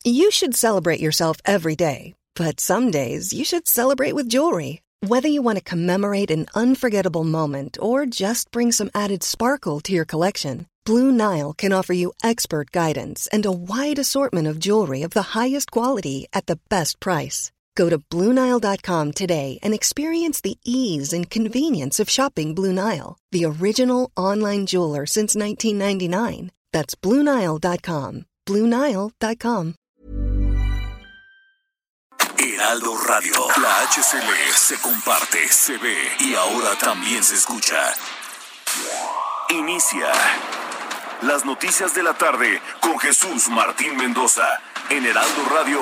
You should celebrate yourself every day, but some days you should celebrate with jewelry. Whether you want to commemorate an unforgettable moment or just bring some added sparkle to your collection, Blue Nile can offer you expert guidance and a wide assortment of jewelry of the highest quality at the best price. Go to BlueNile.com today and experience the ease and convenience of shopping Blue Nile, the original online jeweler since 1999. That's BlueNile.com. BlueNile.com. Heraldo Radio, la HCL se comparte, se ve y ahora también se escucha. Inicia las noticias de la tarde con Jesús Martín Mendoza en Heraldo Radio.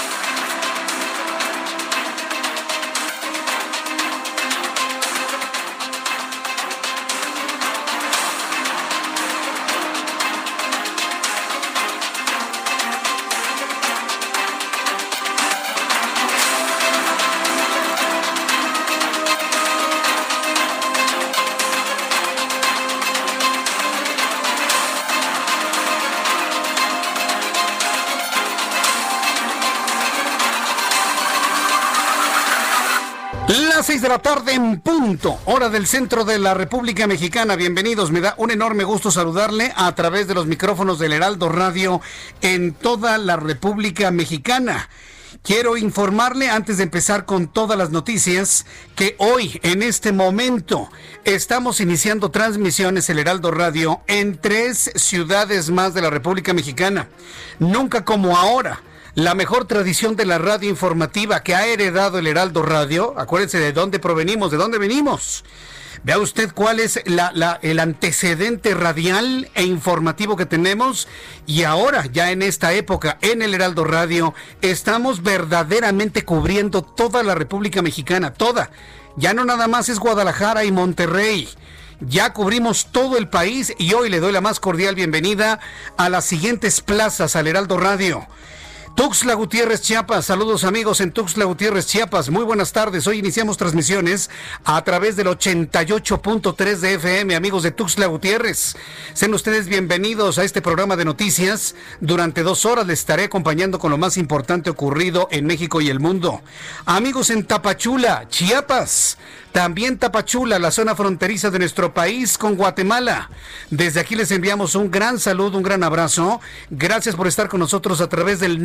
Las 6 de la tarde en punto, hora del centro de la República Mexicana. Bienvenidos, me da un enorme gusto saludarle a través de los micrófonos del Heraldo Radio en toda la República Mexicana. Quiero informarle, antes de empezar con todas las noticias, que hoy, en este momento, estamos iniciando transmisiones el Heraldo Radio en 3 ciudades más de la República Mexicana. Nunca como ahora. La mejor tradición de la radio informativa que ha heredado el Heraldo Radio. Acuérdense de dónde provenimos, de dónde venimos. Vea usted cuál es el antecedente radial e informativo que tenemos. Y ahora, ya en esta época, en el Heraldo Radio, estamos verdaderamente cubriendo toda la República Mexicana, toda. Ya no nada más es Guadalajara y Monterrey. Ya cubrimos todo el país y hoy le doy la más cordial bienvenida a las siguientes plazas al Heraldo Radio. Tuxtla Gutiérrez, Chiapas. Saludos amigos en Tuxtla Gutiérrez, Chiapas. Muy buenas tardes. Hoy iniciamos transmisiones a través del 88.3 de FM, amigos de Tuxtla Gutiérrez. Sean ustedes bienvenidos a este programa de noticias. Durante 2 horas les estaré acompañando con lo más importante ocurrido en México y el mundo. Amigos en Tapachula, Chiapas. También Tapachula, la zona fronteriza de nuestro país con Guatemala. Desde aquí les enviamos un gran saludo, un gran abrazo. Gracias por estar con nosotros a través del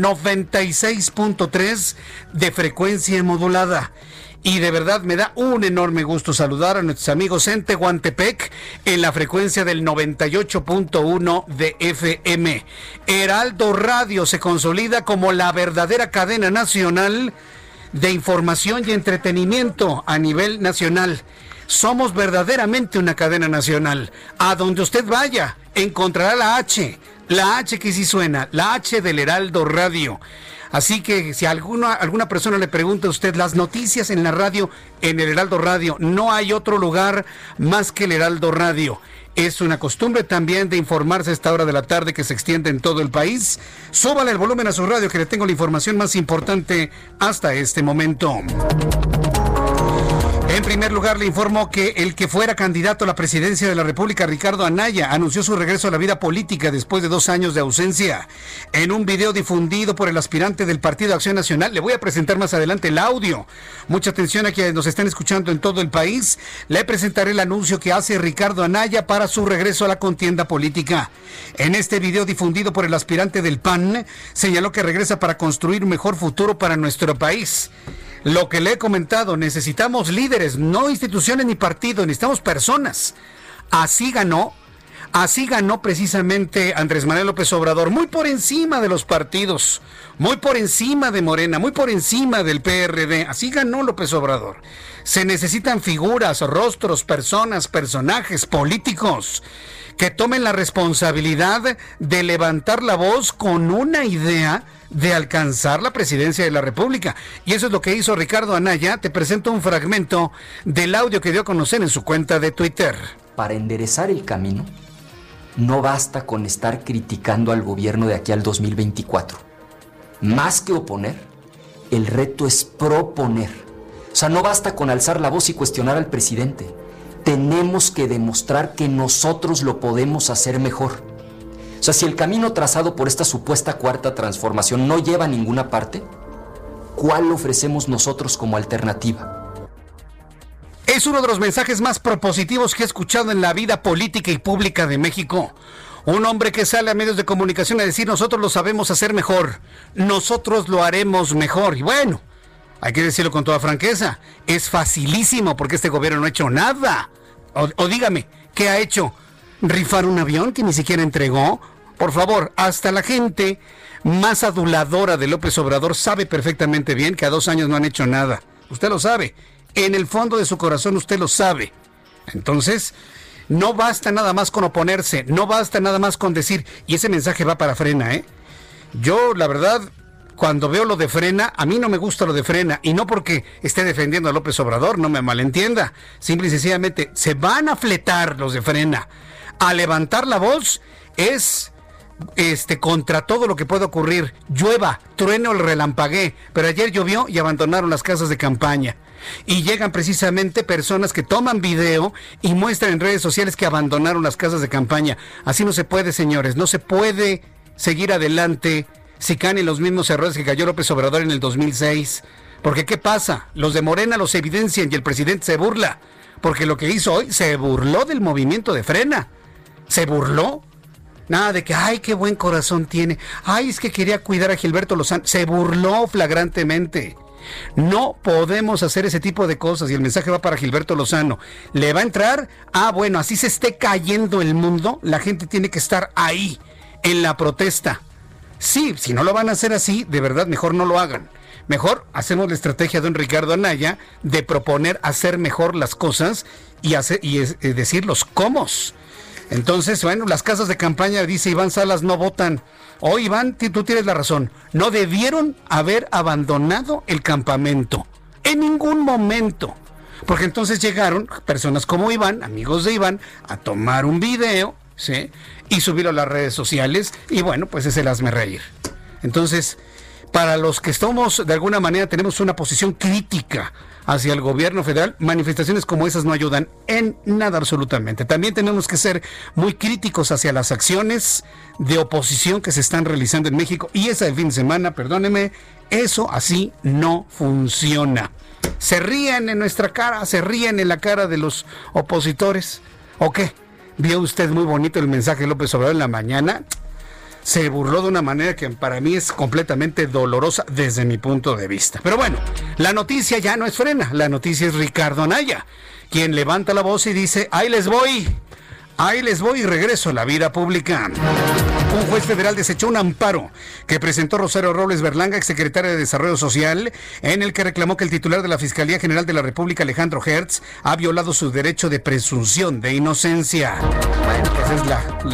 96.3 de frecuencia modulada. Y de verdad me da un enorme gusto saludar a nuestros amigos en Tehuantepec en la frecuencia del 98.1 de FM. Heraldo Radio se consolida como la verdadera cadena nacional de información y entretenimiento a nivel nacional. Somos verdaderamente una cadena nacional. A donde usted vaya, encontrará la H que sí suena, la H del Heraldo Radio. Así que si alguna persona le pregunta a usted las noticias en la radio, en el Heraldo Radio, no hay otro lugar más que el Heraldo Radio. Es una costumbre también de informarse a esta hora de la tarde que se extiende en todo el país. Súbale el volumen a su radio que le tengo la información más importante hasta este momento. En primer lugar, le informo que el que fuera candidato a la presidencia de la República, Ricardo Anaya, anunció su regreso a la vida política después de 2 años de ausencia. En un video difundido por el aspirante del Partido Acción Nacional, le voy a presentar más adelante el audio. Mucha atención a quienes nos están escuchando en todo el país. Le presentaré el anuncio que hace Ricardo Anaya para su regreso a la contienda política. En este video difundido por el aspirante del PAN, señaló que regresa para construir un mejor futuro para nuestro país. Lo que le he comentado, necesitamos líderes, no instituciones ni partidos, necesitamos personas. Así ganó precisamente Andrés Manuel López Obrador, muy por encima de los partidos, muy por encima de Morena, muy por encima del PRD. Así ganó López Obrador. Se necesitan figuras, rostros, personas, personajes políticos que tomen la responsabilidad de levantar la voz con una idea de alcanzar la presidencia de la República. Y eso es lo que hizo Ricardo Anaya. Te presento un fragmento del audio que dio a conocer en su cuenta de Twitter. Para enderezar el camino, no basta con estar criticando al gobierno de aquí al 2024. Más que oponer, el reto es proponer. O sea, no basta con alzar la voz y cuestionar al presidente. Tenemos que demostrar que nosotros lo podemos hacer mejor. O O sea, si el camino trazado por esta supuesta cuarta transformación no lleva a ninguna parte, ¿cuál ofrecemos nosotros como alternativa? Es uno de los mensajes más propositivos que he escuchado en la vida política y pública de México. Un hombre que sale a medios de comunicación a decir: nosotros lo sabemos hacer mejor, nosotros lo haremos mejor. Y bueno, hay que decirlo con toda franqueza, es facilísimo porque este gobierno no ha hecho nada. O dígame, ¿qué ha hecho? ¿Rifar un avión que ni siquiera entregó? Por favor, hasta la gente más aduladora de López Obrador sabe perfectamente bien que a 2 años no han hecho nada. Usted lo sabe. En el fondo de su corazón usted lo sabe. Entonces, no basta nada más con oponerse, no basta nada más con decir, y ese mensaje va para Frena, ¿eh? Yo, la verdad, cuando veo lo de Frena, a mí no me gusta lo de Frena, y no porque esté defendiendo a López Obrador, no me malentienda. Simple y sencillamente, se van a fletar los de Frena. A levantar la voz es contra todo lo que pueda ocurrir. Llueva, truene o relampaguee, pero ayer llovió y abandonaron las casas de campaña. Y llegan precisamente personas que toman video y muestran en redes sociales que abandonaron las casas de campaña. Así no se puede, señores, no se puede seguir adelante si caen en los mismos errores que cayó López Obrador en el 2006. Porque ¿qué pasa? Los de Morena los evidencian y el presidente se burla. Porque lo que hizo hoy, se burló del movimiento de Frena. Se burló. Nada de que, ay, qué buen corazón tiene. Ay, es que quería cuidar a Gilberto Lozano. Se burló flagrantemente. No podemos hacer ese tipo de cosas. Y el mensaje va para Gilberto Lozano. ¿Le va a entrar? Ah, bueno, así se esté cayendo el mundo. La gente tiene que estar ahí, en la protesta. Sí, si no lo van a hacer así, de verdad, mejor no lo hagan. Mejor hacemos la estrategia de don Ricardo Anaya de proponer hacer mejor las cosas y decir los cómo. Entonces, bueno, las casas de campaña, dice Iván Salas, no votan. Oh, Iván, tú tienes la razón. No debieron haber abandonado el campamento. En ningún momento. Porque entonces llegaron personas como Iván, amigos de Iván, a tomar un video, ¿sí? Y subirlo a las redes sociales. Y bueno, pues es el hazme reír. Entonces, para los que estamos, de alguna manera, tenemos una posición crítica hacia el gobierno federal, manifestaciones como esas no ayudan en nada absolutamente. También tenemos que ser muy críticos hacia las acciones de oposición que se están realizando en México. Y esa del fin de semana, perdóneme, eso así no funciona. Se ríen en nuestra cara, se ríen en la cara de los opositores. ¿O qué? ¿Vio usted muy bonito el mensaje de López Obrador en la mañana? Se burló de una manera que para mí es completamente dolorosa desde mi punto de vista. Pero bueno, la noticia ya no es Frena, la noticia es Ricardo Anaya, quien levanta la voz y dice: ahí les voy y regreso a la vida pública. Un juez federal desechó un amparo que presentó Rosario Robles Berlanga, exsecretaria de Desarrollo Social, en el que reclamó que el titular de la Fiscalía General de la República, Alejandro Hertz, ha violado su derecho de presunción de inocencia. Bueno, pues es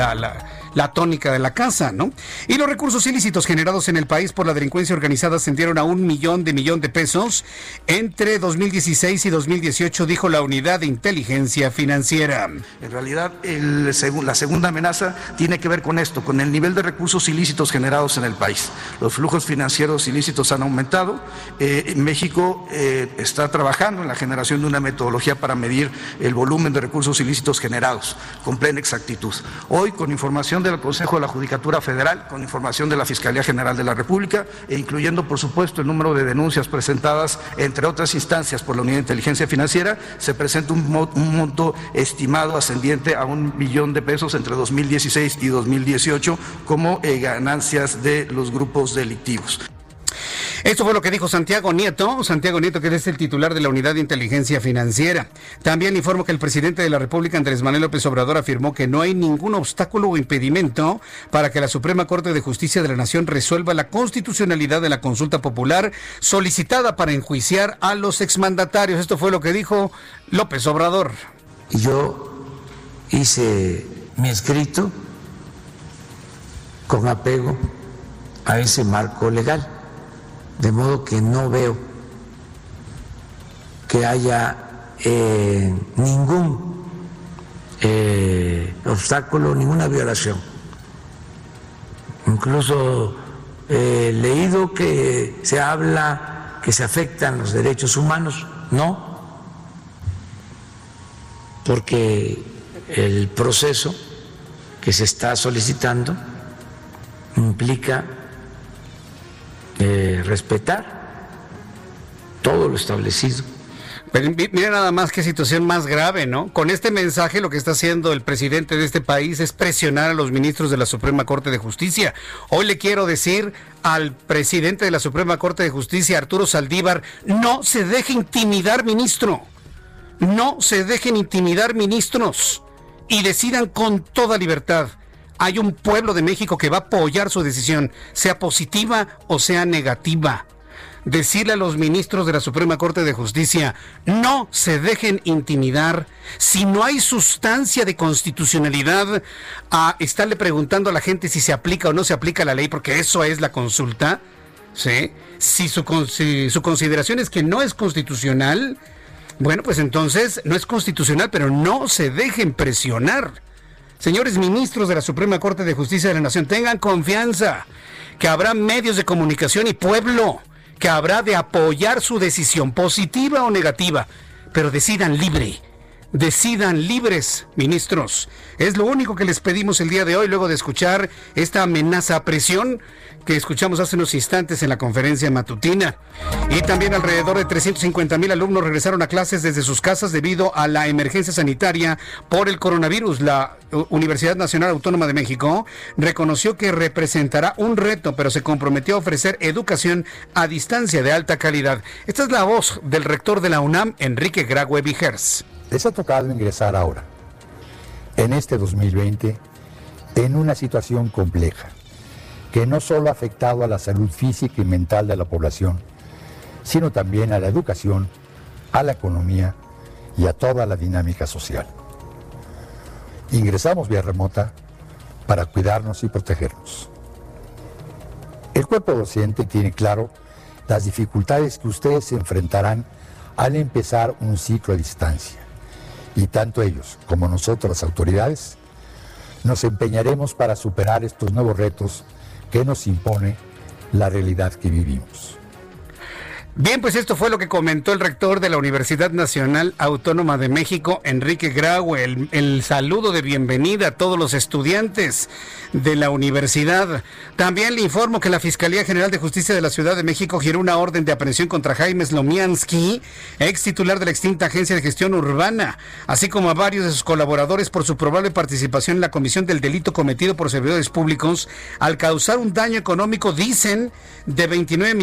la tónica de la casa, ¿no? Y los recursos ilícitos generados en el país por la delincuencia organizada ascendieron a $1 millón de pesos entre 2016 y 2018, dijo la Unidad de Inteligencia Financiera. En realidad, la segunda amenaza tiene que ver con esto, con el nivel de recursos ilícitos generados en el país. Los flujos financieros ilícitos han aumentado. México está trabajando en la generación de una metodología para medir el volumen de recursos ilícitos generados con plena exactitud. Hoy, con información del Consejo de la Judicatura Federal, con información de la Fiscalía General de la República, e incluyendo, por supuesto, el número de denuncias presentadas, entre otras instancias, por la Unidad de Inteligencia Financiera, se presenta un monto estimado ascendiente a $1 millón de pesos entre 2016 y 2018 como ganancias de los grupos delictivos. Esto fue lo que dijo Santiago Nieto, que es el titular de la Unidad de Inteligencia Financiera. También informo que el presidente de la República, Andrés Manuel López Obrador, afirmó que no hay ningún obstáculo o impedimento para que la Suprema Corte de Justicia de la Nación resuelva la constitucionalidad de la consulta popular solicitada para enjuiciar a los exmandatarios. Esto fue lo que dijo López Obrador. Yo hice mi escrito con apego a ese marco legal. De modo que no veo que haya ningún obstáculo, ninguna violación. Incluso he leído que se habla que se afectan los derechos humanos. No, porque el proceso que se está solicitando implica respetar todo lo establecido. Pero mira nada más qué situación más grave, ¿no? Con este mensaje lo que está haciendo el presidente de este país es presionar a los ministros de la Suprema Corte de Justicia. Hoy le quiero decir al presidente de la Suprema Corte de Justicia, Arturo Saldívar, no se deje intimidar, ministro. No se dejen intimidar, ministros, y decidan con toda libertad. Hay un pueblo de México que va a apoyar su decisión, sea positiva o sea negativa. Decirle a los ministros de la Suprema Corte de Justicia, no se dejen intimidar. Si no hay sustancia de constitucionalidad a estarle preguntando a la gente si se aplica o no se aplica la ley, porque eso es la consulta, ¿sí? Si su consideración es que no es constitucional, bueno, pues entonces no es constitucional, pero no se dejen presionar. Señores ministros de la Suprema Corte de Justicia de la Nación, tengan confianza que habrá medios de comunicación y pueblo que habrá de apoyar su decisión, positiva o negativa, pero decidan libres, ministros. Es lo único que les pedimos el día de hoy, luego de escuchar esta amenaza a presión que escuchamos hace unos instantes en la conferencia matutina. Y también alrededor de 350,000 alumnos regresaron a clases desde sus casas debido a la emergencia sanitaria por el coronavirus. La Universidad Nacional Autónoma de México reconoció que representará un reto, pero se comprometió a ofrecer educación a distancia de alta calidad. Esta es la voz del rector de la UNAM, Enrique Graue Vigers. Les ha tocado ingresar ahora, en este 2020, en una situación compleja, que no solo ha afectado a la salud física y mental de la población, sino también a la educación, a la economía y a toda la dinámica social. Ingresamos vía remota para cuidarnos y protegernos. El cuerpo docente tiene claro las dificultades que ustedes se enfrentarán al empezar un ciclo a distancia. Y tanto ellos como nosotros, las autoridades, nos empeñaremos para superar estos nuevos retos que nos impone la realidad que vivimos. Bien, pues esto fue lo que comentó el rector de la Universidad Nacional Autónoma de México, Enrique Graue. El saludo de bienvenida a todos los estudiantes de la universidad. También le informo que la Fiscalía General de Justicia de la Ciudad de México giró una orden de aprehensión contra Jaime Slomiansky, ex titular de la extinta Agencia de Gestión Urbana, así como a varios de sus colaboradores por su probable participación en la comisión del delito cometido por servidores públicos al causar un daño económico, dicen, de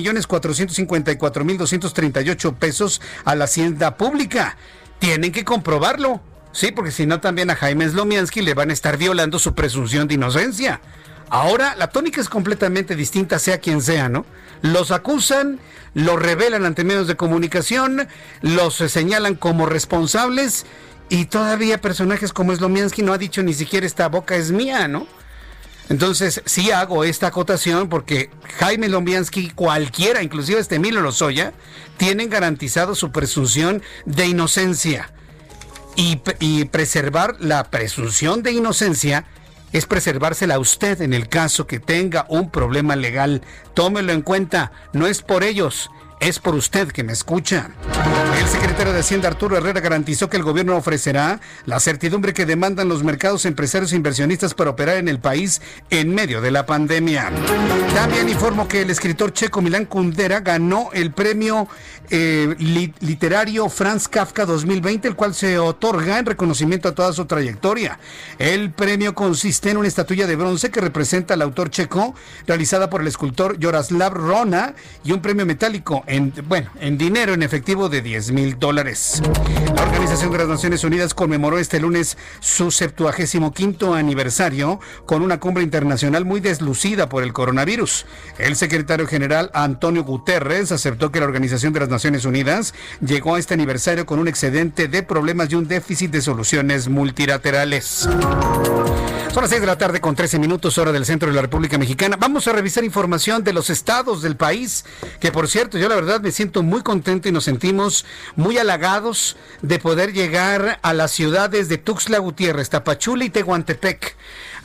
29,454,238 pesos a la hacienda pública. Tienen que comprobarlo, sí, porque si no también a Jaime Slomiansky le van a estar violando su presunción de inocencia. Ahora la tónica es completamente distinta, sea quien sea, ¿no? Los acusan, los revelan ante medios de comunicación, los señalan como responsables y todavía personajes como Slomiansky no ha dicho ni siquiera esta boca es mía, ¿no? Entonces, sí hago esta acotación porque Jaime Slomiansky, cualquiera, inclusive Emilio Lozoya, tienen garantizado su presunción de inocencia. Y preservar la presunción de inocencia es preservársela a usted en el caso que tenga un problema legal. Tómelo en cuenta, no es por ellos, es por usted que me escucha. El secretario de Hacienda, Arturo Herrera, garantizó que el gobierno ofrecerá la certidumbre que demandan los mercados, empresarios e inversionistas para operar en el país en medio de la pandemia. También informó que el escritor checo Milan Kundera ganó el premio literario Franz Kafka 2020, el cual se otorga en reconocimiento a toda su trayectoria. El premio consiste en una estatuilla de bronce que representa al autor checo, realizada por el escultor Jaroslav Rona, y un premio metálico en dinero en efectivo de $10,000. La Organización de las Naciones Unidas conmemoró este lunes su 75º aniversario con una cumbre internacional muy deslucida por el coronavirus. El secretario general Antonio Guterres aceptó que la Organización de las Naciones Unidas llegó a este aniversario con un excedente de problemas y un déficit de soluciones multilaterales. Son las 6 de la tarde con 13 minutos, hora del centro de la República Mexicana. Vamos a revisar información de los estados del país, que por cierto, yo la verdad me siento muy contento y nos sentimos muy halagados de poder llegar a las ciudades de Tuxtla Gutiérrez, Tapachula y Tehuantepec.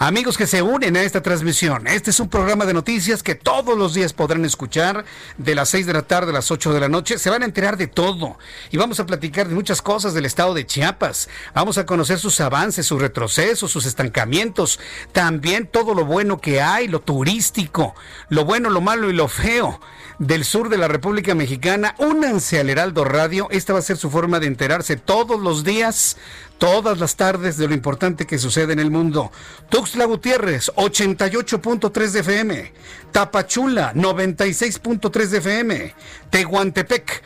Amigos que se unen a esta transmisión, este es un programa de noticias que todos los días podrán escuchar de las 6 de la tarde a las 8 de la noche. Se van a enterar de todo y vamos a platicar de muchas cosas del estado de Chiapas. Vamos a conocer sus avances, sus retrocesos, sus estancamientos, también todo lo bueno que hay, lo turístico, lo bueno, lo malo y lo feo del sur de la República Mexicana. Únanse al Heraldo Radio, esta va a ser su forma de enterarse todos los días, todas las tardes, de lo importante que sucede en el mundo. Tuxtla Gutiérrez, 88.3 de FM. Tapachula, 96.3 de FM. Tehuantepec,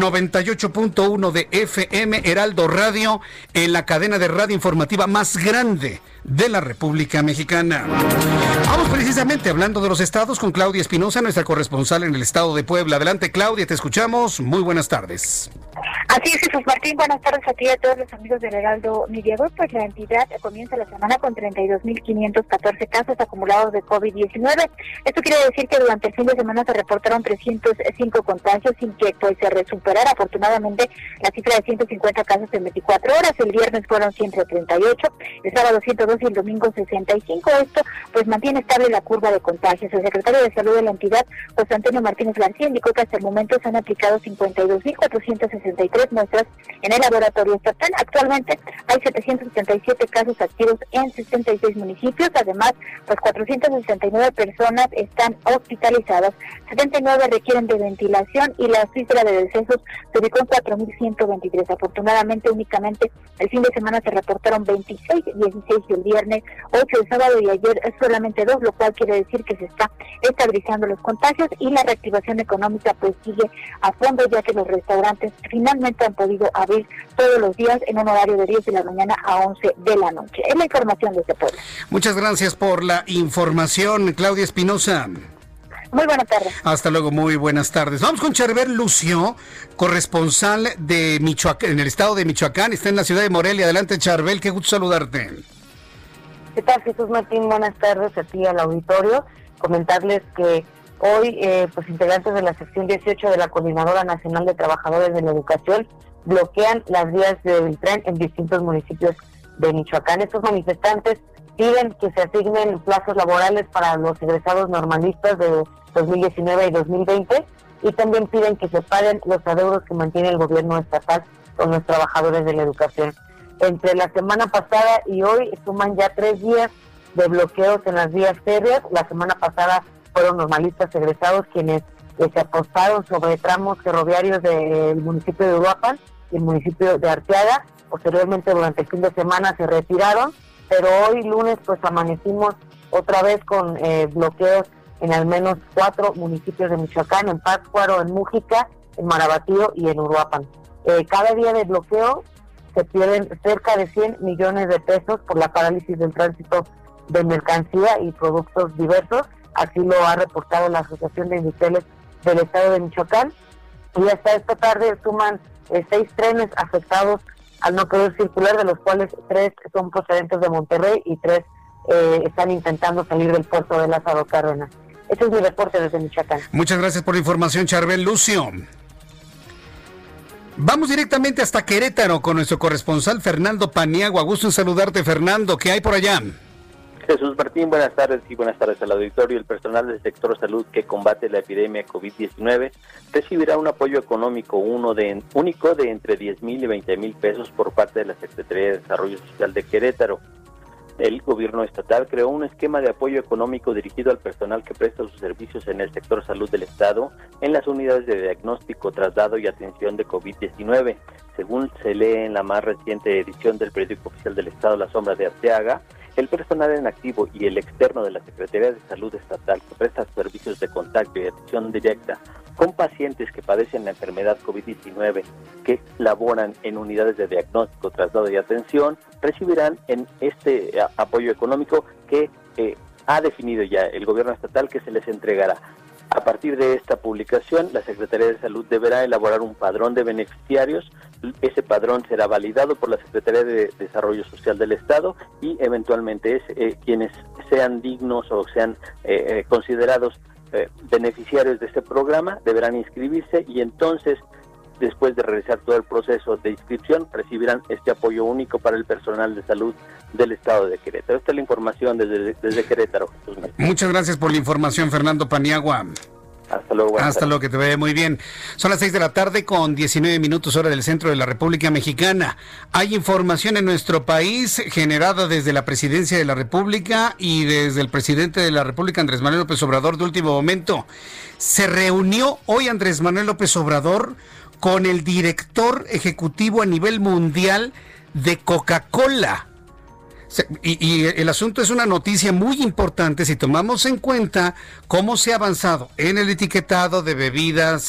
98.1 de FM. Heraldo Radio, en la cadena de radio informativa más grande de la República Mexicana. Vamos precisamente hablando de los estados con Claudia Espinosa, nuestra corresponsal en el estado de Puebla. Adelante, Claudia, te escuchamos. Muy buenas tardes. Así es, Jesús Martín, buenas tardes a ti y a todos los amigos del Heraldo Media Group. Pues la entidad comienza la semana con 32.514 casos acumulados de COVID-19. Esto quiere decir que durante el fin de semana se reportaron 305 contagios sin que pues se superara afortunadamente la cifra de 150 casos en 24 horas. El viernes fueron 138, el sábado 102 y el domingo 65. Esto pues mantiene estable la curva de contagios. El secretario de Salud de la entidad, José Antonio Martínez García, indicó que hasta el momento se han aplicado 52.463 muestras en el laboratorio estatal. Actualmente hay 777 casos activos en 66 municipios. Además, pues 469 personas están hospitalizadas, 79 requieren de ventilación y la cifra de decesos se ubicó en 4.123. Afortunadamente, únicamente el fin de semana se reportaron 26, 16 el viernes, 8 el sábado y ayer solamente 2, lo cual quiere decir que se está estabilizando los contagios y la reactivación económica pues sigue a fondo, ya que los restaurantes finalmente han podido abrir todos los días en un horario de 10 de la mañana a 11 de la noche. Es la información desde Puebla. Muchas gracias por la información, Claudia Espinosa. Muy buenas tardes. Hasta luego, muy buenas tardes. Vamos con Charbel Lucio, corresponsal de Michoacán, en el estado de Michoacán, está en la ciudad de Morelia. Adelante, Charbel, qué gusto saludarte. ¿Qué tal, Jesús Martín? Buenas tardes a ti y al auditorio. Comentarles que hoy, pues integrantes de la sección 18 de la Coordinadora Nacional de Trabajadores de la Educación bloquean las vías de Beltrán en distintos municipios de Michoacán. Estos manifestantes piden que se asignen plazos laborales para los egresados normalistas de 2019 y 2020 y también piden que se paguen los adeudos que mantiene el gobierno estatal con los trabajadores de la educación. Entre la semana pasada y hoy suman ya 3 días de bloqueos en las vías férreas. La semana pasada fueron normalistas egresados quienes se apostaron sobre tramos ferroviarios del municipio de Uruapan y el municipio de Arteaga. Posteriormente, durante el fin de semana se retiraron, pero hoy lunes pues amanecimos otra vez con bloqueos en al menos 4 municipios de Michoacán, en Pátzcuaro, en Mújica, en Marabatío y en Uruapan. Cada día de bloqueo se pierden cerca de 100 millones de pesos por la parálisis del tránsito de mercancía y productos diversos. Así lo ha reportado la Asociación de Industriales del Estado de Michoacán. Y hasta esta tarde suman 6 trenes afectados al no poder circular, de los cuales 3 son procedentes de Monterrey y 3 están intentando salir del puerto de Lázaro Cárdenas. Este es mi reporte desde Michoacán. Muchas gracias por la información, Charbel Lucio. Vamos directamente hasta Querétaro con nuestro corresponsal Fernando Paniagua. Gusto en saludarte, Fernando. ¿Qué hay por allá? Jesús Martín, buenas tardes y buenas tardes al auditorio. El personal del sector salud que combate la epidemia COVID-19 recibirá un apoyo económico único de entre 10,000 y 20,000 pesos por parte de la Secretaría de Desarrollo Social de Querétaro. El gobierno estatal creó un esquema de apoyo económico dirigido al personal que presta sus servicios en el sector salud del estado en las unidades de diagnóstico, traslado y atención de COVID-19. Según se lee en la más reciente edición del periódico oficial del estado, La Sombra de Arteaga, el personal en activo y el externo de la Secretaría de Salud Estatal que presta servicios de contacto y atención directa con pacientes que padecen la enfermedad COVID-19 que laboran en unidades de diagnóstico, traslado y atención, recibirán en este apoyo económico que ha definido ya el gobierno estatal, que se les entregará. A partir de esta publicación, la Secretaría de Salud deberá elaborar un padrón de beneficiarios. Ese padrón será validado por la Secretaría de Desarrollo Social del Estado y eventualmente quienes sean dignos o sean considerados beneficiarios de este programa deberán inscribirse y entonces después de realizar todo el proceso de inscripción, recibirán este apoyo único para el personal de salud del estado de Querétaro. Esta es la información desde Querétaro, Jesús Martín. Muchas gracias por la información, Fernando Paniagua. Hasta luego. Hasta luego, que te vaya muy bien. Son las 6:19 p.m, hora del centro de la República Mexicana. Hay información en nuestro país generada desde la Presidencia de la República y desde el presidente de la República, Andrés Manuel López Obrador, de último momento. Se reunió hoy Andrés Manuel López Obrador con el director ejecutivo a nivel mundial de Coca-Cola. Y el asunto es una noticia muy importante si tomamos en cuenta cómo se ha avanzado en el etiquetado de bebidas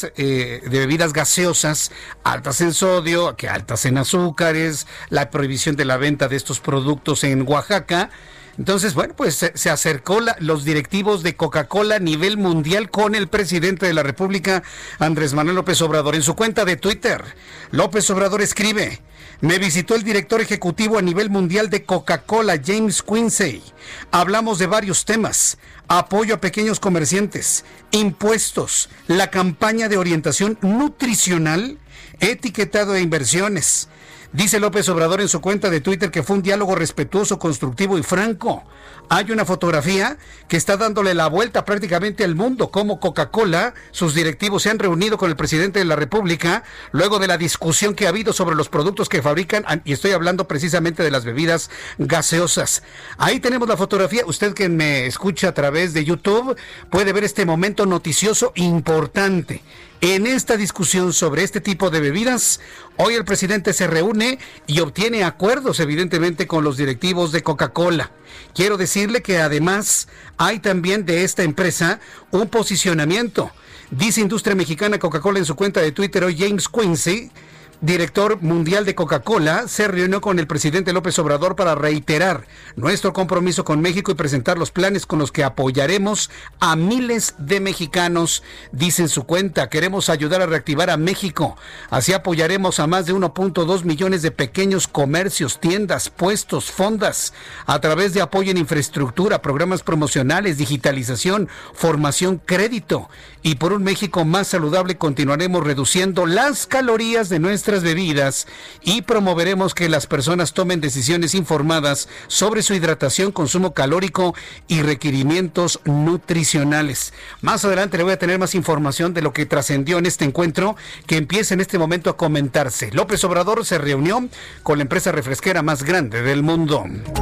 gaseosas, altas en sodio, que altas en azúcares, la prohibición de la venta de estos productos en Oaxaca. Entonces, bueno, pues se acercó los directivos de Coca-Cola a nivel mundial con el presidente de la República, Andrés Manuel López Obrador. En su cuenta de Twitter, López Obrador escribe: me visitó el director ejecutivo a nivel mundial de Coca-Cola, James Quincey. Hablamos de varios temas: apoyo a pequeños comerciantes, impuestos, la campaña de orientación nutricional, etiquetado de inversiones. Dice López Obrador en su cuenta de Twitter que fue un diálogo respetuoso, constructivo y franco. Hay una fotografía que está dándole la vuelta prácticamente al mundo, como Coca-Cola, sus directivos se han reunido con el presidente de la República luego de la discusión que ha habido sobre los productos que fabrican, y estoy hablando precisamente de las bebidas gaseosas. Ahí tenemos la fotografía. Usted que me escucha a través de YouTube puede ver este momento noticioso importante. En esta discusión sobre este tipo de bebidas, hoy el presidente se reúne y obtiene acuerdos, evidentemente, con los directivos de Coca-Cola. Quiero decirle que además hay también de esta empresa un posicionamiento. Dice Industria Mexicana Coca-Cola en su cuenta de Twitter hoy, James Quincey, director mundial de Coca-Cola, se reunió con el presidente López Obrador para reiterar nuestro compromiso con México y presentar los planes con los que apoyaremos a miles de mexicanos. Dice en su cuenta: queremos ayudar a reactivar a México. Así apoyaremos a más de 1.2 millones de pequeños comercios, tiendas, puestos, fondas, a través de apoyo en infraestructura, programas promocionales, digitalización, formación, crédito. Y por un México más saludable continuaremos reduciendo las calorías de nuestras bebidas y promoveremos que las personas tomen decisiones informadas sobre su hidratación, consumo calórico y requerimientos nutricionales. Más adelante le voy a tener más información de lo que trascendió en este encuentro que empieza en este momento a comentarse. López Obrador se reunió con la empresa refresquera más grande del mundo.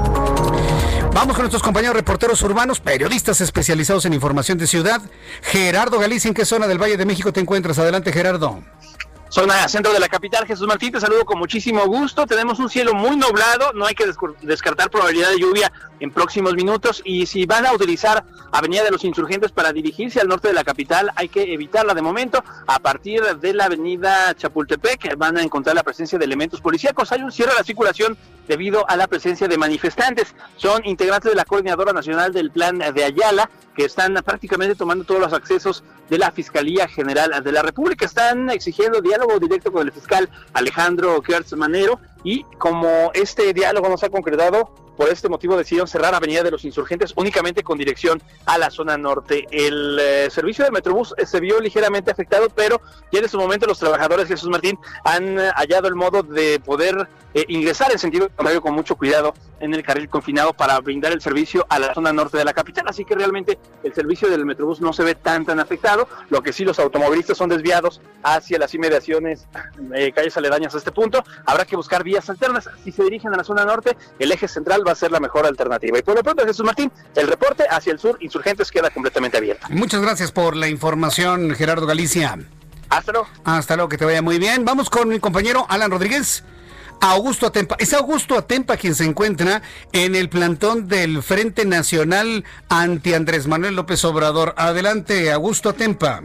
Vamos con nuestros compañeros reporteros urbanos, periodistas especializados en información de ciudad. Gerardo Galicia, ¿en qué zona del Valle de México te encuentras? Adelante, Gerardo. Zona centro de la capital, Jesús Martín, te saludo con muchísimo gusto. Tenemos un cielo muy nublado, no hay que descartar probabilidad de lluvia en próximos minutos, y si van a utilizar Avenida de los Insurgentes para dirigirse al norte de la capital, hay que evitarla de momento. A partir de la avenida Chapultepec van a encontrar la presencia de elementos policíacos. Hay un cierre de la circulación debido a la presencia de manifestantes. Son integrantes de la Coordinadora Nacional del Plan de Ayala, que están prácticamente tomando todos los accesos de la Fiscalía General de la República. Están exigiendo diálogo directo con el fiscal Alejandro Gertz Manero, y como este diálogo no se ha concretado, por este motivo decidieron cerrar Avenida de los Insurgentes únicamente con dirección a la zona norte. El servicio del Metrobús se vio ligeramente afectado, pero ya en este momento los trabajadores, Jesús Martín, han hallado el modo de poder ingresar en sentido contrario con mucho cuidado en el carril confinado para brindar el servicio a la zona norte de la capital. Así que realmente el servicio del Metrobús no se ve tan afectado. Lo que sí, los automovilistas son desviados hacia las inmediaciones, calles aledañas a este punto. Habrá que buscar vías alternas. Si se dirigen a la zona norte, el eje central va a ser la mejor alternativa. Y por lo pronto, Jesús Martín, el reporte hacia el sur, Insurgentes, queda completamente abierto. Muchas gracias por la información, Gerardo Galicia. Hasta luego. Hasta luego, que te vaya muy bien. Vamos con mi compañero Alan Rodríguez. Augusto Atempa. Es Augusto Atempa quien se encuentra en el plantón del Frente Nacional anti Andrés Manuel López Obrador. Adelante, Augusto Atempa.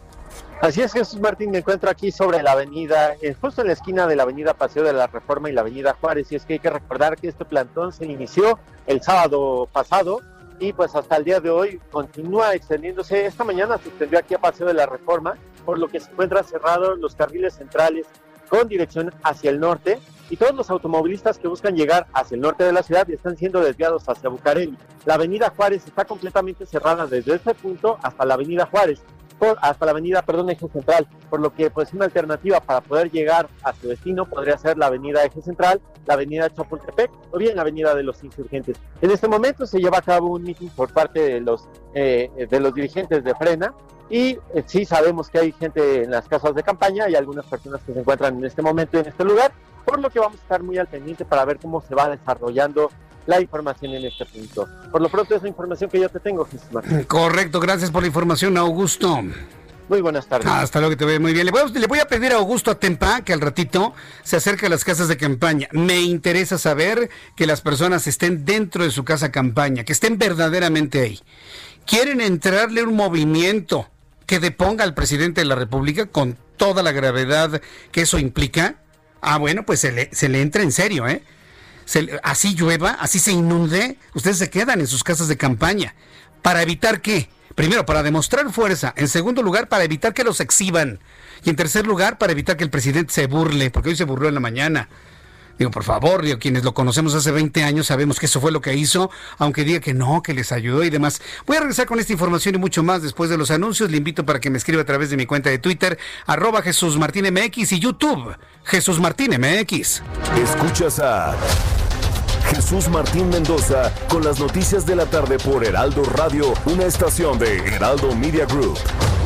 Así es, Jesús Martín, me encuentro aquí sobre la avenida, justo en la esquina de la avenida Paseo de la Reforma y la avenida Juárez, y es que hay que recordar que este plantón se inició el sábado pasado y pues hasta el día de hoy continúa extendiéndose. Esta mañana se extendió aquí a Paseo de la Reforma, por lo que se encuentran cerrados los carriles centrales con dirección hacia el norte, y todos los automovilistas que buscan llegar hacia el norte de la ciudad están siendo desviados hacia Bucareli. La avenida Juárez está completamente cerrada desde este punto hasta la avenida Juárez. hasta la avenida, Eje Central, por lo que pues una alternativa para poder llegar a su destino podría ser la avenida Eje Central, la avenida Chapultepec o bien la avenida de los Insurgentes. En este momento se lleva a cabo un mitin por parte de los dirigentes de Frena y sí sabemos que hay gente en las casas de campaña, hay algunas personas que se encuentran en este momento en este lugar, por lo que vamos a estar muy al pendiente para ver cómo se va desarrollando la información en este punto. Por lo pronto es la información que yo te tengo, Jesús Martín. Correcto, gracias por la información, Augusto. Muy buenas tardes. Hasta luego, que te veo muy bien. Le voy a pedir a Augusto Atempa que al ratito se acerque a las casas de campaña. Me interesa saber que las personas estén dentro de su casa campaña, que estén verdaderamente ahí. ¿Quieren entrarle un movimiento que deponga al presidente de la República con toda la gravedad que eso implica? Bueno, pues se le entra en serio, ¿eh? Así llueva, así se inunde, ustedes se quedan en sus casas de campaña. ¿Para evitar qué? Primero, para demostrar fuerza. En segundo lugar, para evitar que los exhiban. Y en tercer lugar, para evitar que el presidente se burle, porque hoy se burló en la mañana. Digo, por favor, quienes lo conocemos hace 20 años sabemos que eso fue lo que hizo, aunque diga que no, que les ayudó y demás. Voy a regresar con esta información y mucho más después de los anuncios. Le invito para que me escriba a través de mi cuenta de Twitter, @JesúsMartínMX y YouTube, Jesús Martín MX. Escuchas a Jesús Martín Mendoza con las noticias de la tarde por Heraldo Radio, una estación de Heraldo Media Group.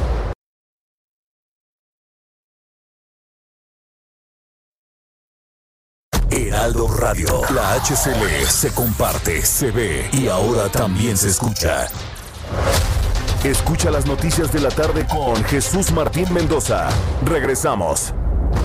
Heraldo Radio, la HCL se comparte, se ve y ahora también se escucha. Escucha las noticias de la tarde con Jesús Martín Mendoza. Regresamos.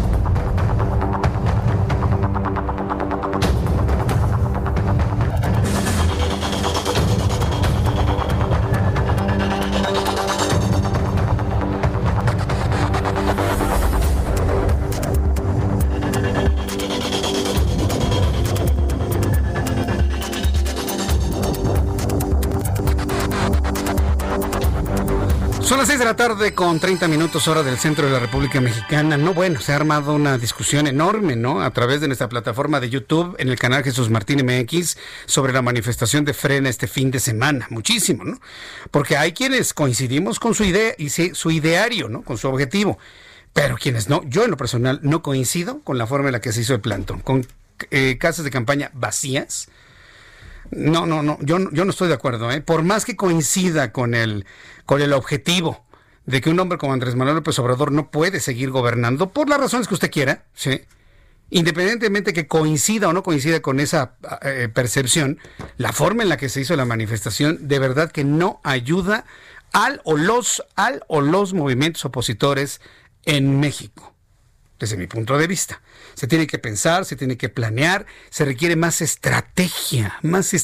Son las 6 de la tarde con 30 minutos hora del centro de la República Mexicana. Se ha armado una discusión enorme, ¿no? A través de nuestra plataforma de YouTube, en el canal Jesús Martín MX, sobre la manifestación de Frena este fin de semana. Muchísimo, ¿no? Porque hay quienes coincidimos con su idea y su ideario, ¿no? Con su objetivo. Pero quienes no, yo en lo personal no coincido con la forma en la que se hizo el plantón. Con casas de campaña vacías. No, yo no estoy de acuerdo, ¿eh? Por más que coincida con el objetivo de que un hombre como Andrés Manuel López Obrador no puede seguir gobernando, por las razones que usted quiera, ¿sí? Independientemente que coincida o no coincida con esa percepción, la forma en la que se hizo la manifestación de verdad que no ayuda al o los movimientos opositores en México. Desde mi punto de vista, se tiene que pensar, se tiene que planear, se requiere más estrategia,